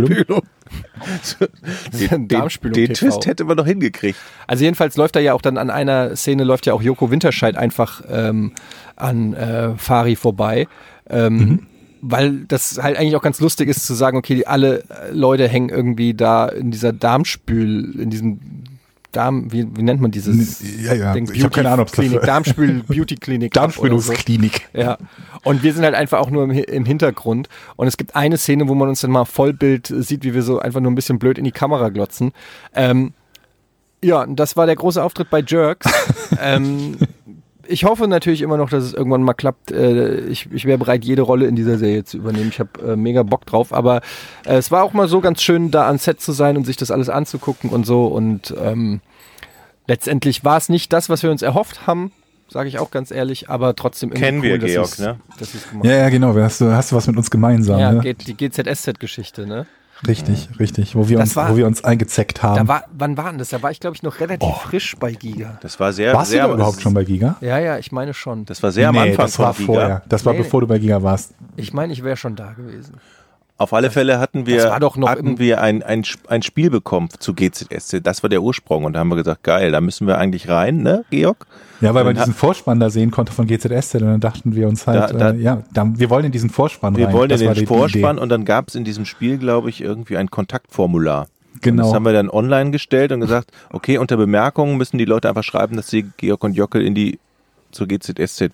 Darmspülung Den TV. Twist hätte man noch hingekriegt. Also jedenfalls läuft da ja auch dann an einer Szene läuft ja auch Joko Winterscheid einfach an Fari vorbei. Weil das halt eigentlich auch ganz lustig ist zu sagen, okay, alle Leute hängen irgendwie da in dieser in diesem Darm, wie nennt man dieses Ja. Ding? Ich habe keine Ahnung, ob es Klinik, Darmspül-Beauty-Klinik. Darmspülungsklinik. Ja. Und wir sind halt einfach auch nur im Hintergrund. Und es gibt eine Szene, wo man uns dann mal Vollbild sieht, wie wir so einfach nur ein bisschen blöd in die Kamera glotzen. Ja, und das war der große Auftritt bei Jerks. Ich hoffe natürlich immer noch, dass es irgendwann mal klappt. Ich wäre bereit, jede Rolle in dieser Serie zu übernehmen. Ich habe mega Bock drauf. Aber es war auch mal so ganz schön, da ans Set zu sein und sich das alles anzugucken und so. Und letztendlich war es nicht das, was wir uns erhofft haben, sage ich auch ganz ehrlich. Aber trotzdem irgendwie Kennen wir, cool, dass Georg, sie's- ne? dass sie's gemacht Ja, genau. Hast du was mit uns gemeinsam? Ja, Ne? die GZSZ-Geschichte, ne? Richtig. Wo wir Das uns eingezeckt haben. Wann war denn das? Da war ich, glaube ich, noch relativ frisch bei Giga. Das war sehr, Warst du sehr, da überhaupt schon bei Giga? Ja, ich meine schon. Das war sehr am Anfang das war von Giga. vorher. Das war Nee. bevor du bei Giga warst. Ich meine, ich wäre schon da gewesen. Auf alle Fälle hatten Das war doch noch wir ein Spiel bekommen zu GZSZ. Das war der Ursprung. Und da haben wir gesagt, geil, da müssen wir eigentlich rein, ne, Georg? Ja, weil man Dann diesen Vorspann da sehen konnte von GZSZ und dann dachten wir uns halt, wir wollen in diesen Vorspann Wir rein. wollen in Das war den die Idee. Vorspann und dann gab es in diesem Spiel, glaube ich, irgendwie ein Kontaktformular. Genau. Und das haben wir dann online gestellt und gesagt, okay, unter Bemerkungen müssen die Leute einfach schreiben, dass sie Georg und Jockel zur GZSZ wollen.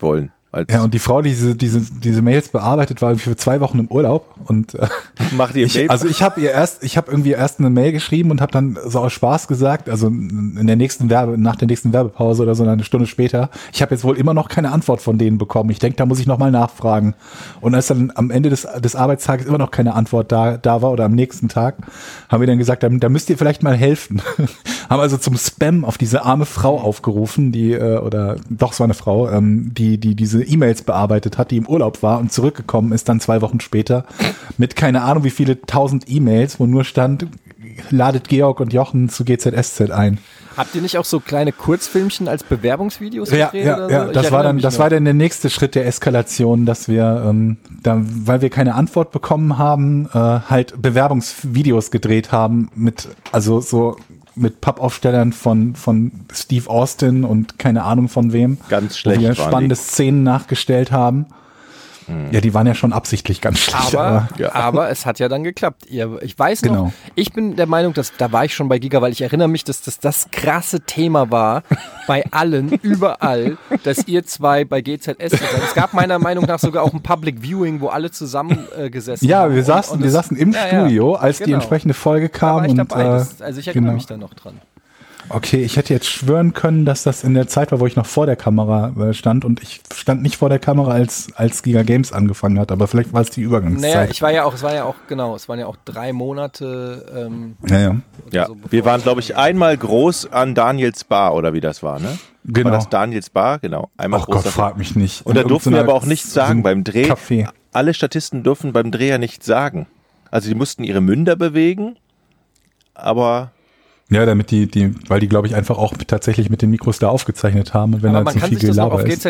Ja, und die Frau, die diese Mails bearbeitet, war für 2 Wochen im Urlaub und macht ihr ich habe irgendwie erst eine Mail geschrieben und habe dann so aus Spaß gesagt, also nach der nächsten Werbepause oder so, eine Stunde später, ich habe jetzt wohl immer noch keine Antwort von denen bekommen. Ich denke, da muss ich nochmal nachfragen. Und als dann am Ende des Arbeitstages immer noch keine Antwort da war oder am nächsten Tag, haben wir dann gesagt, da müsst ihr vielleicht mal helfen. Haben also zum Spam auf diese arme Frau aufgerufen, es war eine Frau, die diese E-Mails bearbeitet hat, die im Urlaub war und zurückgekommen ist dann 2 Wochen später mit keine Ahnung wie viele 1000 E-Mails, wo nur stand, ladet Georg und Jochen zu GZSZ ein. Habt ihr nicht auch so kleine Kurzfilmchen als Bewerbungsvideos gedreht oder so? Ja, das war dann der nächste Schritt der Eskalation, dass wir, weil wir keine Antwort bekommen haben, halt Bewerbungsvideos gedreht haben mit Pappaufstellern von Steve Austin und keine Ahnung von wem. Ganz schlecht. Wo wir spannende Szenen nachgestellt haben. Ja, die waren ja schon absichtlich ganz schlecht. Aber es hat ja dann geklappt. Ich weiß noch, ich bin der Meinung, da war ich schon bei Giga, weil ich erinnere mich, dass das krasse Thema war, bei allen, überall, dass ihr zwei bei GZS seid. Es gab meiner Meinung nach sogar auch ein Public Viewing, wo alle zusammen gesessen haben. Ja, wir saßen im Studio, als die entsprechende Folge kam. Da war ich dabei. Ich erinnere mich da noch dran. Okay, ich hätte jetzt schwören können, dass das in der Zeit war, wo ich noch vor der Kamera stand und ich stand nicht vor der Kamera, als Giga Games angefangen hat, aber vielleicht war es die Übergangszeit. Naja, es waren ja auch 3 Monate. Ja, so, wir waren, glaube ich, einmal groß an Daniels Bar oder wie das war, ne? Genau. War das Daniels Bar? Genau. Einmal groß. Gott, frag mich nicht. Und da durften wir aber auch nichts sagen beim Dreh. Café. Alle Statisten durften beim Dreh ja nichts sagen. Also die mussten ihre Münder bewegen, aber... Ja, damit weil die, glaube ich, einfach auch tatsächlich mit den Mikros da aufgezeichnet haben. Und wenn aber da zu viel Gelaber ist.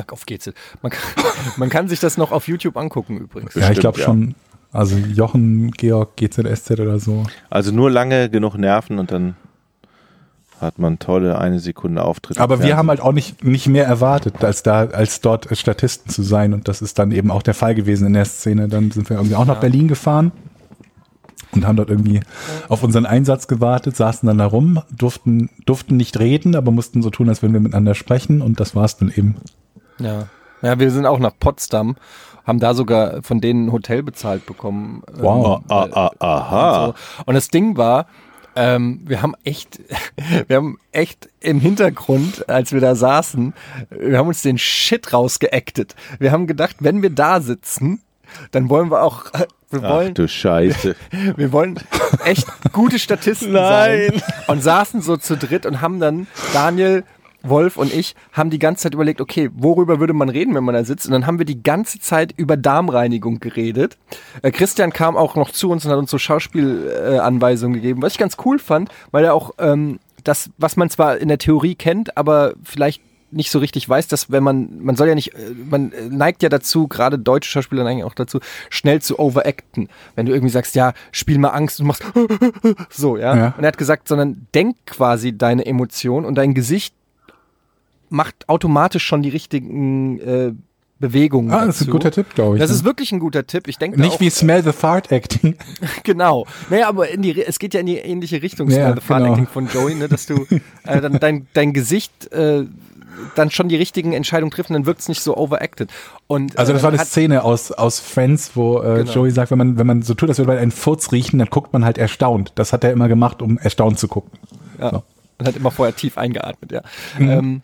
Man kann sich das noch auf YouTube angucken übrigens. Ja, ich glaube schon. Also Jochen, Georg, GZSZ oder so. Also nur lange genug Nerven und dann hat man tolle 1 Sekunde Auftritte. Aber wir haben halt auch nicht mehr erwartet, als dort Statisten zu sein. Und das ist dann eben auch der Fall gewesen in der Szene. Dann sind wir irgendwie auch nach Berlin gefahren. Und haben dort irgendwie auf unseren Einsatz gewartet, saßen dann da rum, durften nicht reden, aber mussten so tun, als würden wir miteinander sprechen und das war's dann eben. Ja, wir sind auch nach Potsdam, haben da sogar von denen ein Hotel bezahlt bekommen. Wow. Aha. Und das Ding war, wir haben echt im Hintergrund, als wir da saßen, wir haben uns den Shit rausgeactet. Wir haben gedacht, wenn wir da sitzen, dann wollen wir auch... Ach du Scheiße. Wir wollen echt gute Statisten sein. Und saßen so zu dritt und haben dann, Daniel, Wolf und ich, haben die ganze Zeit überlegt, okay, worüber würde man reden, wenn man da sitzt? Und dann haben wir die ganze Zeit über Darmreinigung geredet. Christian kam auch noch zu uns und hat uns so Schauspielanweisungen gegeben, was ich ganz cool fand, weil er auch das, was man zwar in der Theorie kennt, aber vielleicht nicht so richtig weiß, dass wenn man soll ja nicht, man neigt ja dazu, gerade deutsche Schauspieler neigen auch dazu, schnell zu overacten. Wenn du irgendwie sagst, ja, spiel mal Angst und machst so, ja. Und er hat gesagt, sondern denk quasi deine Emotion und dein Gesicht macht automatisch schon die richtigen Bewegungen. Das ist ein guter Tipp, glaube ich. Das ist wirklich ein guter Tipp. Ich denke nicht auch, wie Smell the Fart Acting. Genau. Naja, aber es geht ja in die ähnliche Richtung, Smell the Fart Acting von Joey, ne, dass du dann dein Gesicht dann schon die richtigen Entscheidungen trifft und dann wirkt es nicht so overacted. Und, also das war eine Szene aus Friends, wo Joey sagt, wenn man so tut, als würde man einen Furz riechen, dann guckt man halt erstaunt. Das hat er immer gemacht, um erstaunt zu gucken. Ja. So. Und hat immer vorher tief eingeatmet, ja. Mhm.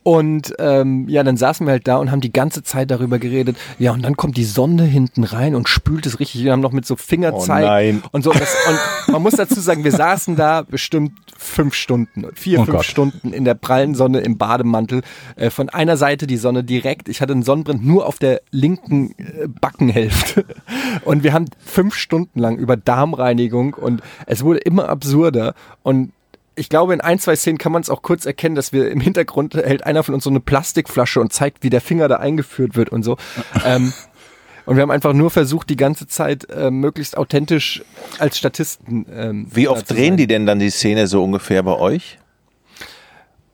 Dann saßen wir halt da und haben die ganze Zeit darüber geredet. Ja, und dann kommt die Sonne hinten rein und spült es richtig. Wir haben noch mit so Fingerzeig und so. Und man muss dazu sagen, wir saßen da bestimmt 5 Stunden, 4-5 Stunden in der prallen Sonne im Bademantel. Von einer Seite die Sonne direkt. Ich hatte einen Sonnenbrand nur auf der linken Backenhälfte. Und wir haben 5 Stunden lang über Darmreinigung und es wurde immer absurder. Und ich glaube, in 1-2 Szenen kann man es auch kurz erkennen, dass wir im Hintergrund hält einer von uns so eine Plastikflasche und zeigt, wie der Finger da eingeführt wird und so. Und wir haben einfach nur versucht, die ganze Zeit möglichst authentisch als Statisten Wie oft drehen die denn dann die Szene so ungefähr bei euch?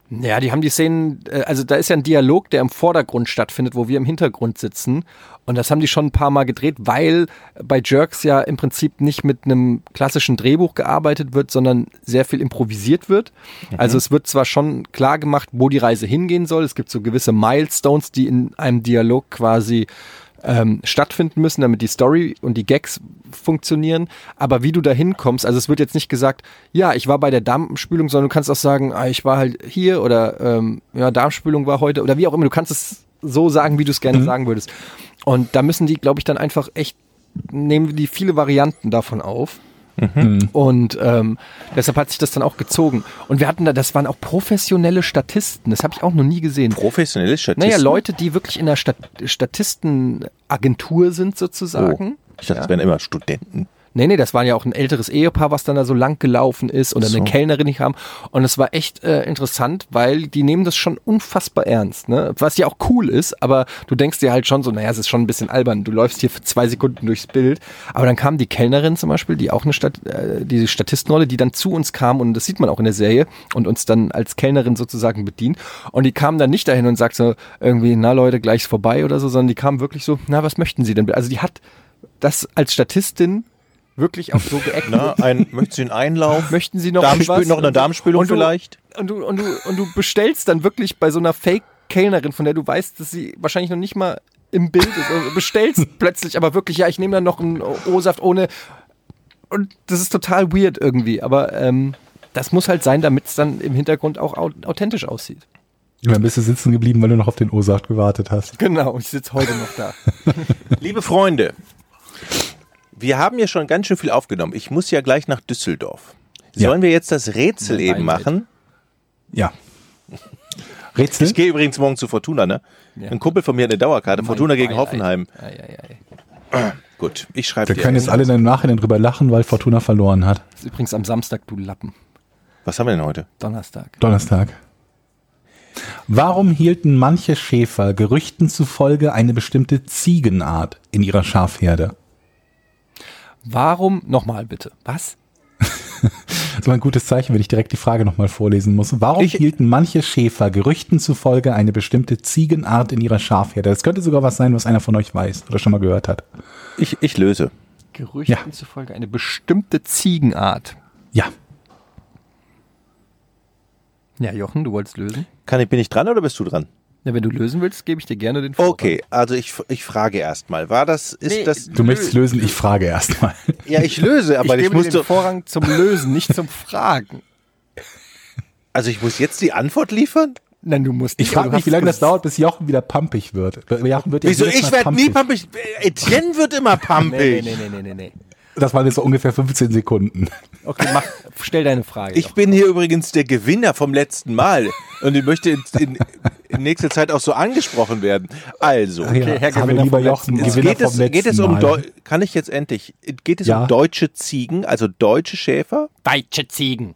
Ja, die haben die Szenen, also da ist ja ein Dialog, der im Vordergrund stattfindet, wo wir im Hintergrund sitzen. Und das haben die schon ein paar Mal gedreht, weil bei Jerks ja im Prinzip nicht mit einem klassischen Drehbuch gearbeitet wird, sondern sehr viel improvisiert wird. Also es wird zwar schon klar gemacht, wo die Reise hingehen soll. Es gibt so gewisse Milestones, die in einem Dialog quasi stattfinden müssen, damit die Story und die Gags funktionieren. Aber wie du da hinkommst, also es wird jetzt nicht gesagt, ja, ich war bei der Darmspülung, sondern du kannst auch sagen, ich war halt hier oder Darmspülung war heute oder wie auch immer. Du kannst es so sagen, wie du es gerne sagen würdest. Und da müssen die, glaube ich, dann einfach echt, nehmen die viele Varianten davon auf. Und deshalb hat sich das dann auch gezogen. Und wir hatten das waren auch professionelle Statisten, das habe ich auch noch nie gesehen. Professionelle Statisten? Naja, Leute, die wirklich in der Statistenagentur sind sozusagen. Oh, ich dachte, das wären immer Studenten. Nee, das war ja auch ein älteres Ehepaar, was dann da so lang gelaufen ist oder eine Kellnerin, die kam. Und es war echt interessant, weil die nehmen das schon unfassbar ernst, ne? Was ja auch cool ist, aber du denkst dir halt schon so, naja, es ist schon ein bisschen albern. Du läufst hier für 2 Sekunden durchs Bild. Aber dann kam die Kellnerin zum Beispiel, die auch diese Statistenrolle, die dann zu uns kam und das sieht man auch in der Serie und uns dann als Kellnerin sozusagen bedient. Und die kam dann nicht dahin und sagt so irgendwie, na Leute, gleich ist vorbei oder so, sondern die kam wirklich so, na, was möchten Sie denn? Also die hat das als Statistin wirklich auch so geactet. Möchten Sie einen Einlauf? Möchten Sie noch noch eine Darmspülung vielleicht? Und du bestellst dann wirklich bei so einer Fake-Kellnerin, von der du weißt, dass sie wahrscheinlich noch nicht mal im Bild ist, und bestellst plötzlich aber wirklich, ja, ich nehme dann noch einen O-Saft ohne. Und das ist total weird irgendwie, aber das muss halt sein, damit es dann im Hintergrund auch authentisch aussieht. Und dann bist du sitzen geblieben, weil du noch auf den O-Saft gewartet hast. Genau, ich sitze heute noch da. Liebe Freunde, wir haben ja schon ganz schön viel aufgenommen. Ich muss ja gleich nach Düsseldorf. Sollen wir jetzt das Rätsel eben machen? Ja. Rätsel? Ich gehe übrigens morgen zu Fortuna, ne? Ja. Ein Kumpel von mir hat eine Dauerkarte. Fortuna gegen Hoffenheim. Gut, ich schreibe dir. Wir können jetzt alle dann im Nachhinein drüber lachen, weil Fortuna verloren hat. Das ist übrigens am Samstag, du Lappen. Was haben wir denn heute? Donnerstag. Warum hielten manche Schäfer Gerüchten zufolge eine bestimmte Ziegenart in ihrer Schafherde? Warum, nochmal bitte, was? Das war ein gutes Zeichen, wenn ich direkt die Frage nochmal vorlesen muss. Warum hielten manche Schäfer Gerüchten zufolge eine bestimmte Ziegenart in ihrer Schafherde? Das könnte sogar was sein, was einer von euch weiß oder schon mal gehört hat. Ich löse. Gerüchten zufolge eine bestimmte Ziegenart. Ja. Ja, Jochen, du wolltest lösen? Bin ich dran oder bist du dran? Ja, wenn du lösen willst, gebe ich dir gerne den Vorrang. Okay, also ich frage erstmal. Du möchtest lösen, ich frage erstmal. Ja, ich löse, aber ich muss den Vorrang zum Lösen, nicht zum Fragen. Also ich muss jetzt die Antwort liefern? Nein, du musst nicht. Ich frage mich, wie lange das dauert, bis Jochen wieder pumpig wird. Jochen wird Wieso? Ich werde nie pumpig. Etienne wird immer pumpig. Nee. Das waren jetzt so ungefähr 15 Sekunden. Okay, stell deine Frage. Ich bin hier übrigens der Gewinner vom letzten Mal und ich möchte in nächster Zeit auch so angesprochen werden. Also, okay, Herr Gewinner, lieber Jochen, geht es um kann ich jetzt endlich? Geht es um deutsche Ziegen, also deutsche Schäfer? Deutsche Ziegen.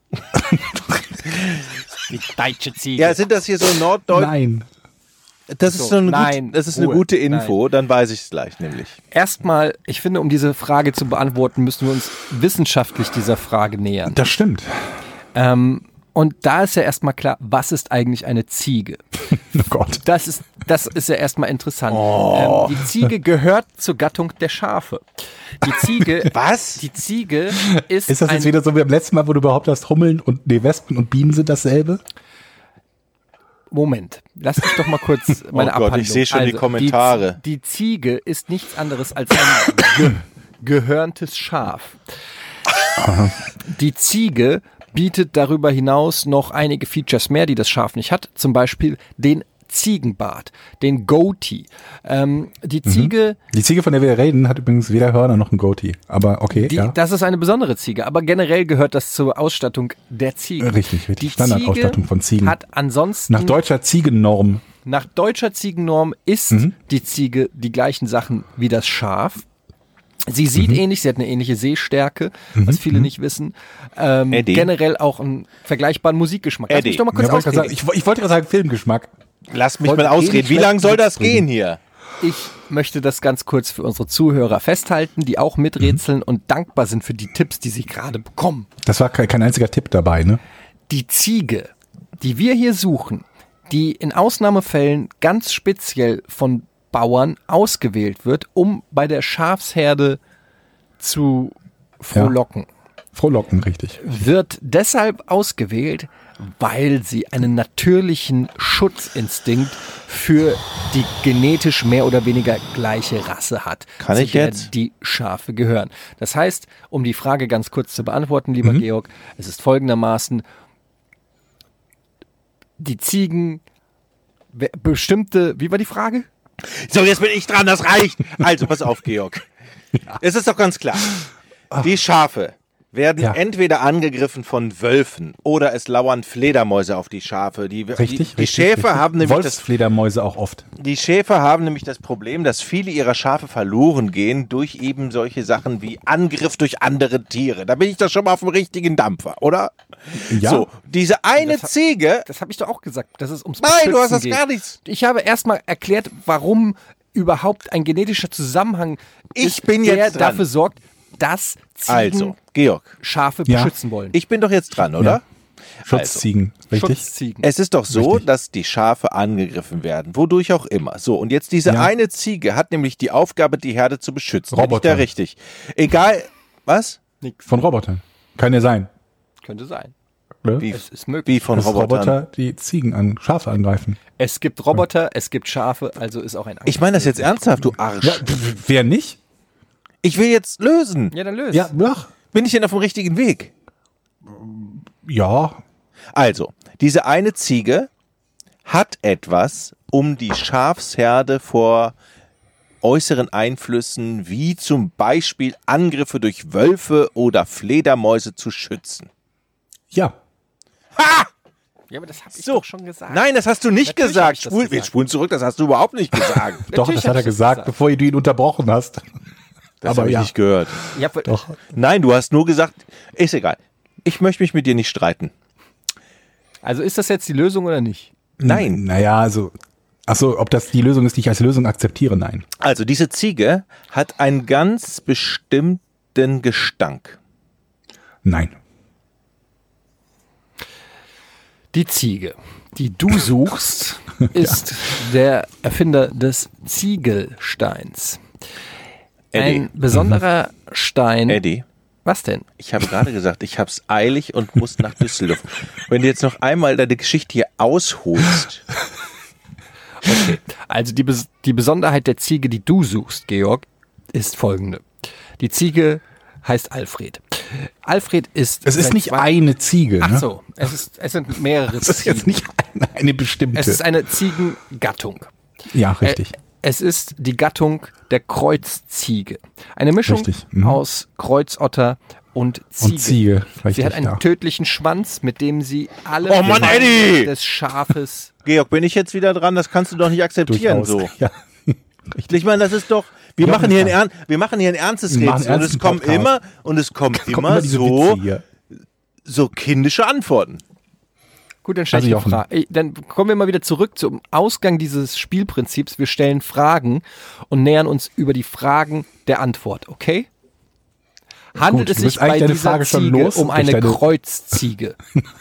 Die deutsche Ziege. Ja, sind das hier so Norddeutsche? Nein. Das ist eine gute Info, dann weiß ich es gleich nämlich. Erstmal, ich finde, um diese Frage zu beantworten, müssen wir uns wissenschaftlich dieser Frage nähern. Das stimmt. Und da ist ja erstmal klar, was ist eigentlich eine Ziege? Oh Gott. Das ist ja erstmal interessant. Die Ziege gehört zur Gattung der Schafe. Die Ziege. Was? Die Ziege ist. Ist das jetzt wieder so wie beim letzten Mal, wo du behauptet hast, Hummeln und Wespen und Bienen sind dasselbe? Moment, lass mich doch mal kurz meine Abhandlung. Ich sehe schon die Kommentare. Die Ziege ist nichts anderes als ein gehörntes Schaf. Die Ziege bietet darüber hinaus noch einige Features mehr, die das Schaf nicht hat. Zum Beispiel den Ziegenbart, den Goatee. Die Ziege... Die Ziege, von der wir reden, hat übrigens weder Hörner noch ein Goatee. Aber okay, Das ist eine besondere Ziege, aber generell gehört das zur Ausstattung der Ziege. Richtig. Die Standardausstattung von Ziegen. Hat ansonsten... Nach deutscher Ziegennorm. Nach deutscher Ziegennorm ist die Ziege die gleichen Sachen wie das Schaf. Sie sieht ähnlich, sie hat eine ähnliche Sehstärke, was viele nicht wissen. Generell auch einen vergleichbaren Musikgeschmack. Lass mich doch mal kurz ausreden. Ich wollte gerade sagen, Filmgeschmack. Lass mich mal ausreden. Wie lange soll das gehen hier? Ich möchte das ganz kurz für unsere Zuhörer festhalten, die auch miträtseln und dankbar sind für die Tipps, die sie gerade bekommen. Das war kein einziger Tipp dabei, ne? Die Ziege die wir hier suchen, die in Ausnahmefällen ganz speziell von Bauern ausgewählt wird, um bei der Schafsherde zu frohlocken. Frohlocken, richtig. Wird deshalb ausgewählt, weil sie einen natürlichen Schutzinstinkt für die genetisch mehr oder weniger gleiche Rasse hat, Kann zu ich der jetzt? die Schafe gehören. Das heißt, um die Frage ganz kurz zu beantworten, lieber Georg, es ist folgendermaßen: Die Ziegen, bestimmte, wie war die Frage? So, jetzt bin ich dran, das reicht. Also, pass auf, Georg. Es ist doch ganz klar. Die Schafe werden entweder angegriffen von Wölfen oder es lauern Fledermäuse auf die Schafe. Die Schäfer haben nämlich Wolfsfledermäuse auch oft. Die Schäfer haben nämlich das Problem, dass viele ihrer Schafe verloren gehen durch eben solche Sachen wie Angriff durch andere Tiere. Da bin ich doch schon mal auf dem richtigen Dampfer, oder? Ja. So, diese eine Ziege. Das habe ich doch auch gesagt, dass es ums Nein, du hast Beschützen das geht. gar nichts. Ich habe erstmal erklärt, warum überhaupt ein genetischer Zusammenhang Ich bin der jetzt dran. dafür sorgt, dass Ziegen Also, Georg, Schafe Ja. beschützen wollen. ich bin doch jetzt dran, oder? Schutzziegen, richtig? Schutzziegen. Es ist doch so, Richtig. dass die Schafe angegriffen werden, wodurch auch immer. So, und jetzt diese eine Ziege hat nämlich die Aufgabe, die Herde zu beschützen. Bin ich Roboter. da richtig? Egal, was? Von Robotern. Kann ja sein. Könnte sein. Ne? Wie, Es ist möglich. wie von Dass Robotern? Roboter die Schafe angreifen. Es gibt Roboter, es gibt Schafe, also ist auch ein Ich meine das jetzt ernsthaft, du Arsch. Ja, wer nicht? Ich will jetzt lösen. Ja, dann löst. Ja, Bin ich denn auf dem richtigen Weg? ja. Also, diese eine Ziege hat etwas, um die Schafsherde vor äußeren Einflüssen wie zum Beispiel Angriffe durch Wölfe oder Fledermäuse zu schützen. Ja. Ja, aber das habe ich So. doch schon gesagt. Nein, das hast du nicht Natürlich hab gesagt. ich das Wir gesagt. spulen zurück, das hast du überhaupt nicht gesagt. Doch, Natürlich das hat hab er ich das gesagt, gesagt. bevor du ihn unterbrochen hast. Das Aber habe ich ja. nicht gehört. Ja, Doch. Nein, du hast nur gesagt, ist egal. Ich möchte mich mit dir nicht streiten. also ist das jetzt die Lösung oder nicht? Nein. Naja, also. Achso, ob das die Lösung ist, die ich als Lösung akzeptiere? Nein. Also diese Ziege hat einen ganz bestimmten Gestank. Nein. Die Ziege, die du suchst, ist der Erfinder des Ziegelsteins. Eddie. Ein besonderer Stein. Eddie, Was denn? ich habe gerade gesagt, ich habe es eilig und muss nach Düsseldorf. Wenn du jetzt noch einmal deine Geschichte hier ausholst. Okay. Also die Besonderheit der Ziege, die du suchst, Georg, ist folgende. Die Ziege heißt Alfred. Alfred ist... Es ist seit nicht zwei- eine Ziege. Ach Ne? so, es sind mehrere Es ist jetzt Ziegen. nicht eine bestimmte. Es ist eine Ziegengattung. Ja, richtig. Es ist die Gattung der Kreuzziege. Eine Mischung Richtig, mhm. aus Kreuzotter und Ziege. Und Ziege, richtig, Sie hat einen ja. tödlichen Schwanz, mit dem sie alle Oh Mann, Feinde Eddie! des Schafes... Georg, bin ich jetzt wieder dran? Das kannst du doch nicht akzeptieren Durchaus. so. Ja. Ich meine, das ist doch... Wir Ja, machen hier ja. wir machen hier ein ernstes Wir machen Rätsel und ernsten es kommen Podcast. immer diese so, Witze hier. so kindische Antworten. Gut, dann stelle Also ich Jochen. eine Frage. Dann kommen wir mal wieder zurück zum Ausgang dieses Spielprinzips. Wir stellen Fragen und nähern uns über die Fragen der Antwort, okay? Handelt Gut, es du sich bist eigentlich bei deine dieser Frage schon Ziege los um durch eine deine- Kreuzziege?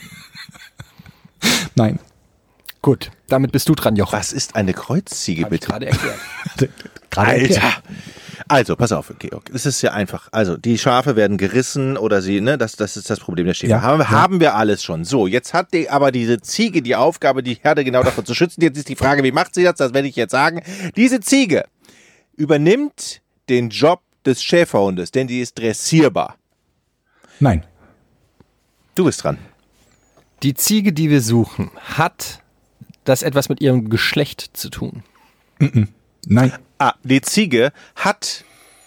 Nein. Gut, damit bist du dran, Jochen. Was ist eine Kreuzziege, Hab ich bitte? gerade erklärt. Gerade erklärt. Alter! Also, pass auf, Georg. Es ist ja einfach. Also, die Schafe werden gerissen oder sie, ne, das ist das Problem der Schäfer. Ja, Haben wir alles schon. So, jetzt hat aber diese Ziege die Aufgabe, die Herde genau davon zu schützen. Jetzt ist die Frage, wie macht sie das? Das werde ich jetzt sagen. Diese Ziege übernimmt den Job des Schäferhundes, denn die ist dressierbar. Nein. Du bist dran. Die Ziege, die wir suchen, hat das etwas mit ihrem Geschlecht zu tun? Nein. Ah, die Ziege hat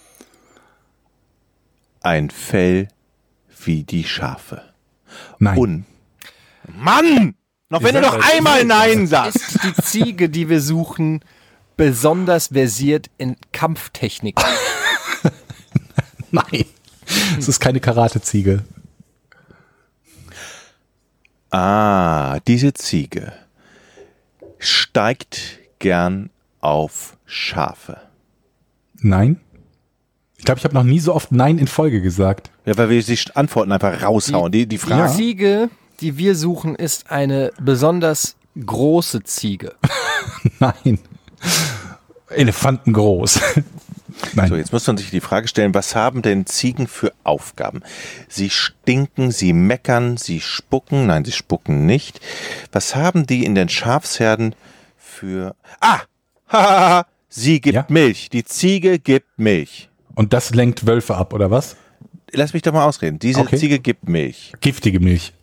ein Fell wie die Schafe. Nein. Und Mann! Noch wenn du noch einmal Nein sagst. Ist die Ziege, die wir suchen, besonders versiert in Kampftechnik? Nein. Es ist keine Karateziege. Ah, diese Ziege steigt gern auf Schafe. Nein. Ich glaube, ich habe noch nie so oft Nein in Folge gesagt. Ja, weil wir die Antworten einfach raushauen. Die Die Fragen. Ziege, die wir suchen, ist eine besonders große Ziege. Nein. Elefanten groß. Nein. So, jetzt muss man sich die Frage stellen, was haben denn Ziegen für Aufgaben? Sie stinken, sie meckern, sie spucken. Nein, sie spucken nicht. Was haben die in den Schafsherden für... Sie gibt Milch. Die Ziege gibt Milch. Und das lenkt Wölfe ab, oder was? Lass mich doch mal ausreden. Diese Ziege gibt Milch. Giftige Milch.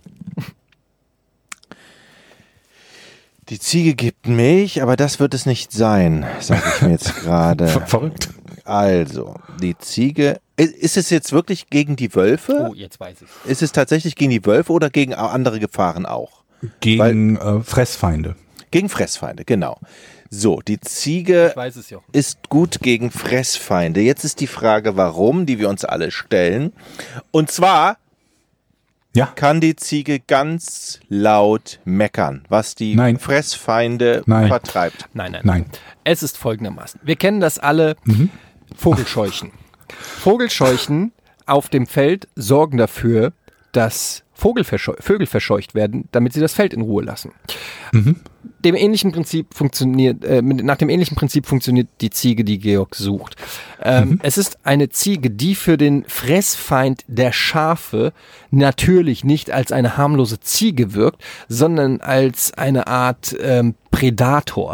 Die Ziege gibt Milch, aber das wird es nicht sein, sage ich mir jetzt gerade. Verrückt. Also, die Ziege... Ist es jetzt wirklich gegen die Wölfe? Oh, jetzt weiß ich. Ist es tatsächlich gegen die Wölfe oder gegen andere Gefahren auch? Gegen Fressfeinde. Gegen Fressfeinde, genau. So, die Ziege Ich weiß es ja. ist gut gegen Fressfeinde. Jetzt ist die Frage, warum, die wir uns alle stellen. Und zwar kann die Ziege ganz laut meckern, was die Fressfeinde vertreibt. Nein. Es ist folgendermaßen. Wir kennen das alle, Vogelscheuchen. Vogelscheuchen auf dem Feld sorgen dafür, dass Vögel verscheucht werden, damit sie das Feld in Ruhe lassen. Nach dem ähnlichen Prinzip funktioniert die Ziege, die Georg sucht. Es ist eine Ziege, die für den Fressfeind der Schafe natürlich nicht als eine harmlose Ziege wirkt, sondern als eine Art Predator.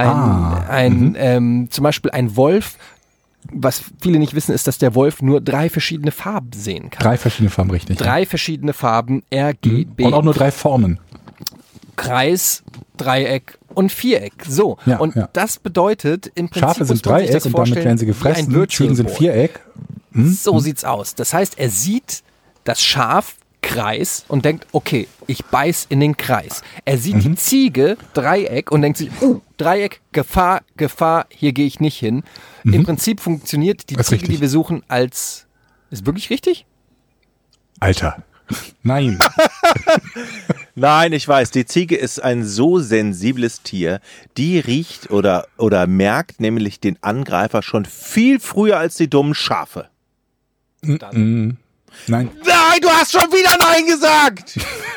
Zum Beispiel ein Wolf. Was viele nicht wissen, ist, dass der Wolf nur 3 verschiedene Farben sehen kann. 3 verschiedene Farben, richtig. 3 verschiedene Farben, RGB. Und auch nur 3 Formen. Kreis, Dreieck und Viereck. So, das bedeutet im Prinzip... Schafe sind Dreieck und damit werden sie gefressen. Ziegen sind Viereck. So sieht's aus. Das heißt, er sieht das Schaf, Kreis, und denkt, okay, ich beiß in den Kreis. Er sieht die Ziege, Dreieck, und denkt sich, Dreieck, Gefahr, hier gehe ich nicht hin. Im Prinzip funktioniert die Ziege, die wir suchen, als... Ist wirklich richtig? Alter. Nein. Nein, ich weiß, die Ziege ist ein so sensibles Tier, die riecht oder merkt nämlich den Angreifer schon viel früher als die dummen Schafe. Nein. Nein, du hast schon wieder Nein gesagt!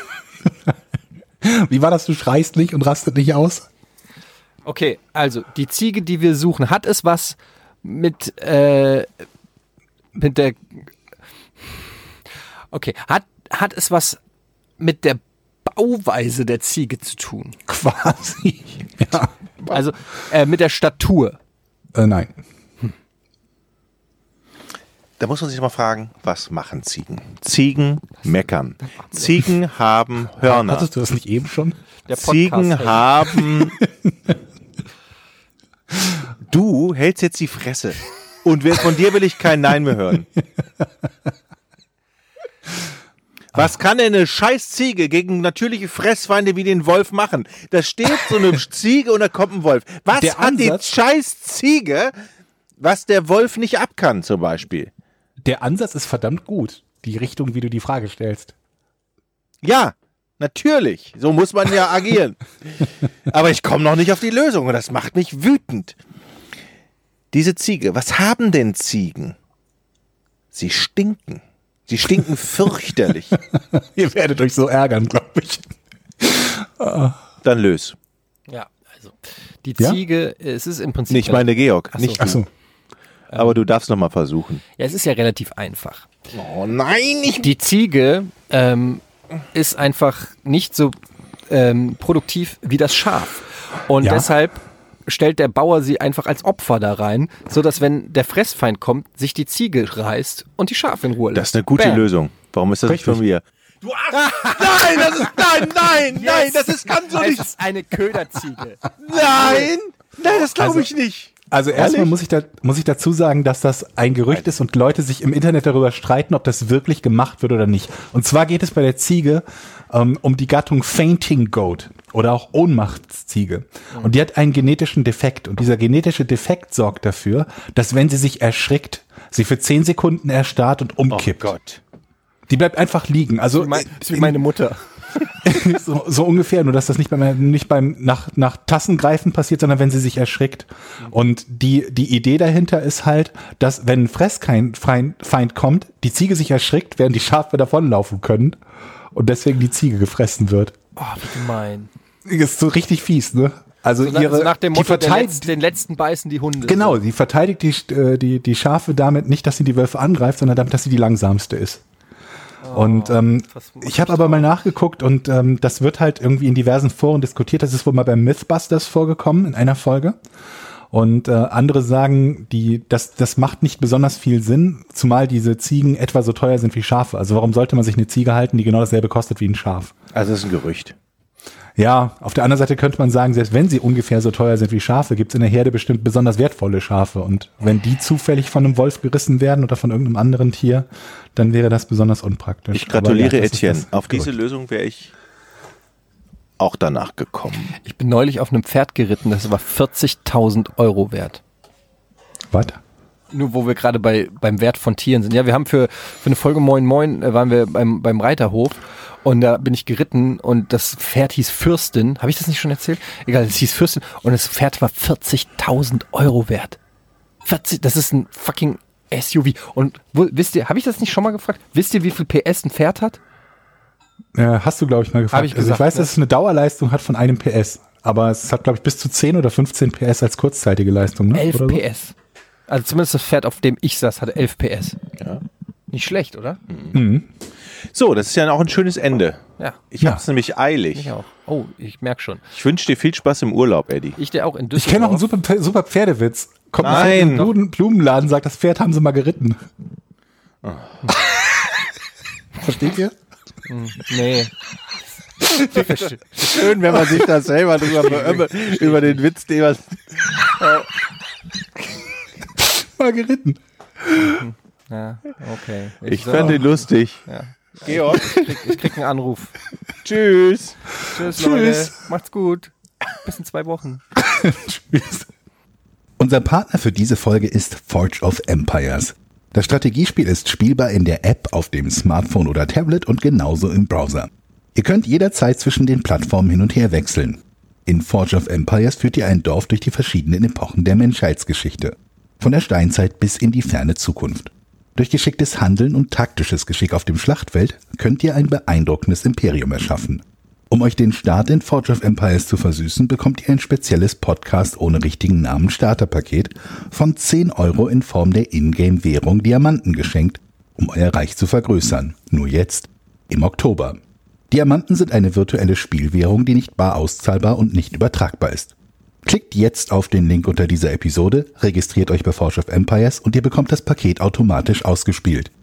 Wie war das? Du schreist nicht und rastet nicht aus? Okay, also die Ziege, die wir suchen, hat es was mit der... Okay, hat es was mit der Bauweise der Ziege zu tun? Quasi, ja. Also mit der Statur? Nein. Da muss man sich mal fragen, was machen Ziegen? Ziegen meckern. Ziegen haben Hörner. Hattest du das nicht eben schon? Ziegen haben... Du hältst jetzt die Fresse. Und von dir will ich kein Nein mehr hören. Was kann denn eine scheiß Ziege gegen natürliche Fressfeinde wie den Wolf machen? Da steht so eine Ziege und da kommt ein Wolf. Was hat die scheiß Ziege, was der Wolf nicht ab kann zum Beispiel? Der Ansatz ist verdammt gut. Die Richtung, wie du die Frage stellst. Ja, natürlich. So muss man ja agieren. Aber ich komme noch nicht auf die Lösung und das macht mich wütend. Diese Ziege, was haben denn Ziegen? Sie stinken. Sie stinken fürchterlich. Ihr werdet euch so ärgern, glaube ich. Dann löse. Ja, also die Ziege, es ist im Prinzip... Ich meine Georg, nicht du. Achso. Aber du darfst noch mal versuchen. Ja, es ist ja relativ einfach. Oh nein, Die Ziege ist einfach nicht so produktiv wie das Schaf. Und deshalb stellt der Bauer sie einfach als Opfer da rein, sodass, wenn der Fressfeind kommt, sich die Ziege reißt und die Schafe in Ruhe lässt. das ist eine gute Lösung. Warum ist das nicht von mir? Du Arsch! Nein, das kann so nicht. Es ist eine Köderziege. Nein, das glaube ich nicht. Also erstmal muss ich dazu sagen, dass das ein Gerücht ist und Leute sich im Internet darüber streiten, ob das wirklich gemacht wird oder nicht. Und zwar geht es bei der Ziege um die Gattung Fainting Goat oder auch Ohnmachtsziege. Und die hat einen genetischen Defekt. Und dieser genetische Defekt sorgt dafür, dass, wenn sie sich erschrickt, sie für 10 Sekunden erstarrt und umkippt. Oh Gott. Die bleibt einfach liegen. Also ist wie meine Mutter. so ungefähr, nur dass das nicht beim nach Tassengreifen passiert, sondern wenn sie sich erschrickt. Und die Idee dahinter ist halt, dass, wenn ein Fressfeind kommt, die Ziege sich erschrickt, während die Schafe davonlaufen können. und deswegen die Ziege gefressen wird. Oh, wie gemein. Ist so richtig fies, ne? Also So nach dem Motto, den letzten beißen die Hunde. Genau, sie verteidigt die Schafe damit nicht, dass sie die Wölfe angreift, sondern damit, dass sie die langsamste ist. Und ich habe aber mal nachgeguckt und das wird halt irgendwie in diversen Foren diskutiert. Das ist wohl mal bei Mythbusters vorgekommen in einer Folge. Und andere sagen, das macht nicht besonders viel Sinn, zumal diese Ziegen etwa so teuer sind wie Schafe. Also warum sollte man sich eine Ziege halten, die genau dasselbe kostet wie ein Schaf? Also das ist ein Gerücht. Ja, auf der anderen Seite könnte man sagen, selbst wenn sie ungefähr so teuer sind wie Schafe, gibt es in der Herde bestimmt besonders wertvolle Schafe. Und wenn die zufällig von einem Wolf gerissen werden oder von irgendeinem anderen Tier, dann wäre das besonders unpraktisch. Ich gratuliere Aber Etienne. Auf diese Gerücht. Lösung wäre ich auch danach gekommen. Ich bin neulich auf einem Pferd geritten, das war 40.000 Euro wert. Was? Nur wo wir gerade beim Wert von Tieren sind. Ja, wir haben für eine Folge Moin Moin waren wir beim Reiterhof und da bin ich geritten und das Pferd hieß Fürstin. Habe ich das nicht schon erzählt? Egal, es hieß Fürstin und das Pferd war 40.000 Euro wert. 40, das ist ein fucking SUV. Und wisst ihr, habe ich das nicht schon mal gefragt? Wisst ihr, wie viel PS ein Pferd hat? Hast du, glaube ich, mal gefragt. Hab ich gesagt, ich weiß, ne? dass es eine Dauerleistung hat von einem PS. Aber es hat, glaube ich, bis zu 10 oder 15 PS als kurzzeitige Leistung. Ne? 11 oder so? PS. Also zumindest das Pferd, auf dem ich saß, hatte 11 PS. Ja. Nicht schlecht, oder? So, das ist ja auch ein schönes Ende. Ja, Ich hab's nämlich eilig. ich auch. Oh, ich merke schon. Ich wünsche dir viel Spaß im Urlaub, Eddie. Ich dir auch in Ich Düsseldorf. kenne noch einen super Pferdewitz. Kommt Nein. in den Blumenladen, sagt, das Pferd haben sie mal geritten. Versteht ihr? Nee. Schön, wenn man sich da selber über den Witz, den man... Mal geritten. Ja, okay. Ich fand den lustig. Ja. Georg, Ich krieg einen Anruf. tschüss. Tschüss, Tschüss. Leute. Macht's gut. Bis in 2 Wochen. Tschüss. Unser Partner für diese Folge ist Forge of Empires. Das Strategiespiel ist spielbar in der App auf dem Smartphone oder Tablet und genauso im Browser. Ihr könnt jederzeit zwischen den Plattformen hin und her wechseln. In Forge of Empires führt ihr ein Dorf durch die verschiedenen Epochen der Menschheitsgeschichte. Von der Steinzeit bis in die ferne Zukunft. Durch geschicktes Handeln und taktisches Geschick auf dem Schlachtfeld könnt ihr ein beeindruckendes Imperium erschaffen. Um euch den Start in Forge of Empires zu versüßen, bekommt ihr ein spezielles Podcast ohne richtigen Namen Starterpaket von 10 € in Form der Ingame-Währung Diamanten geschenkt, um euer Reich zu vergrößern. Nur jetzt, im Oktober. Diamanten sind eine virtuelle Spielwährung, die nicht bar auszahlbar und nicht übertragbar ist. Klickt jetzt auf den Link unter dieser Episode, registriert euch bei Forge of Empires und ihr bekommt das Paket automatisch ausgespielt.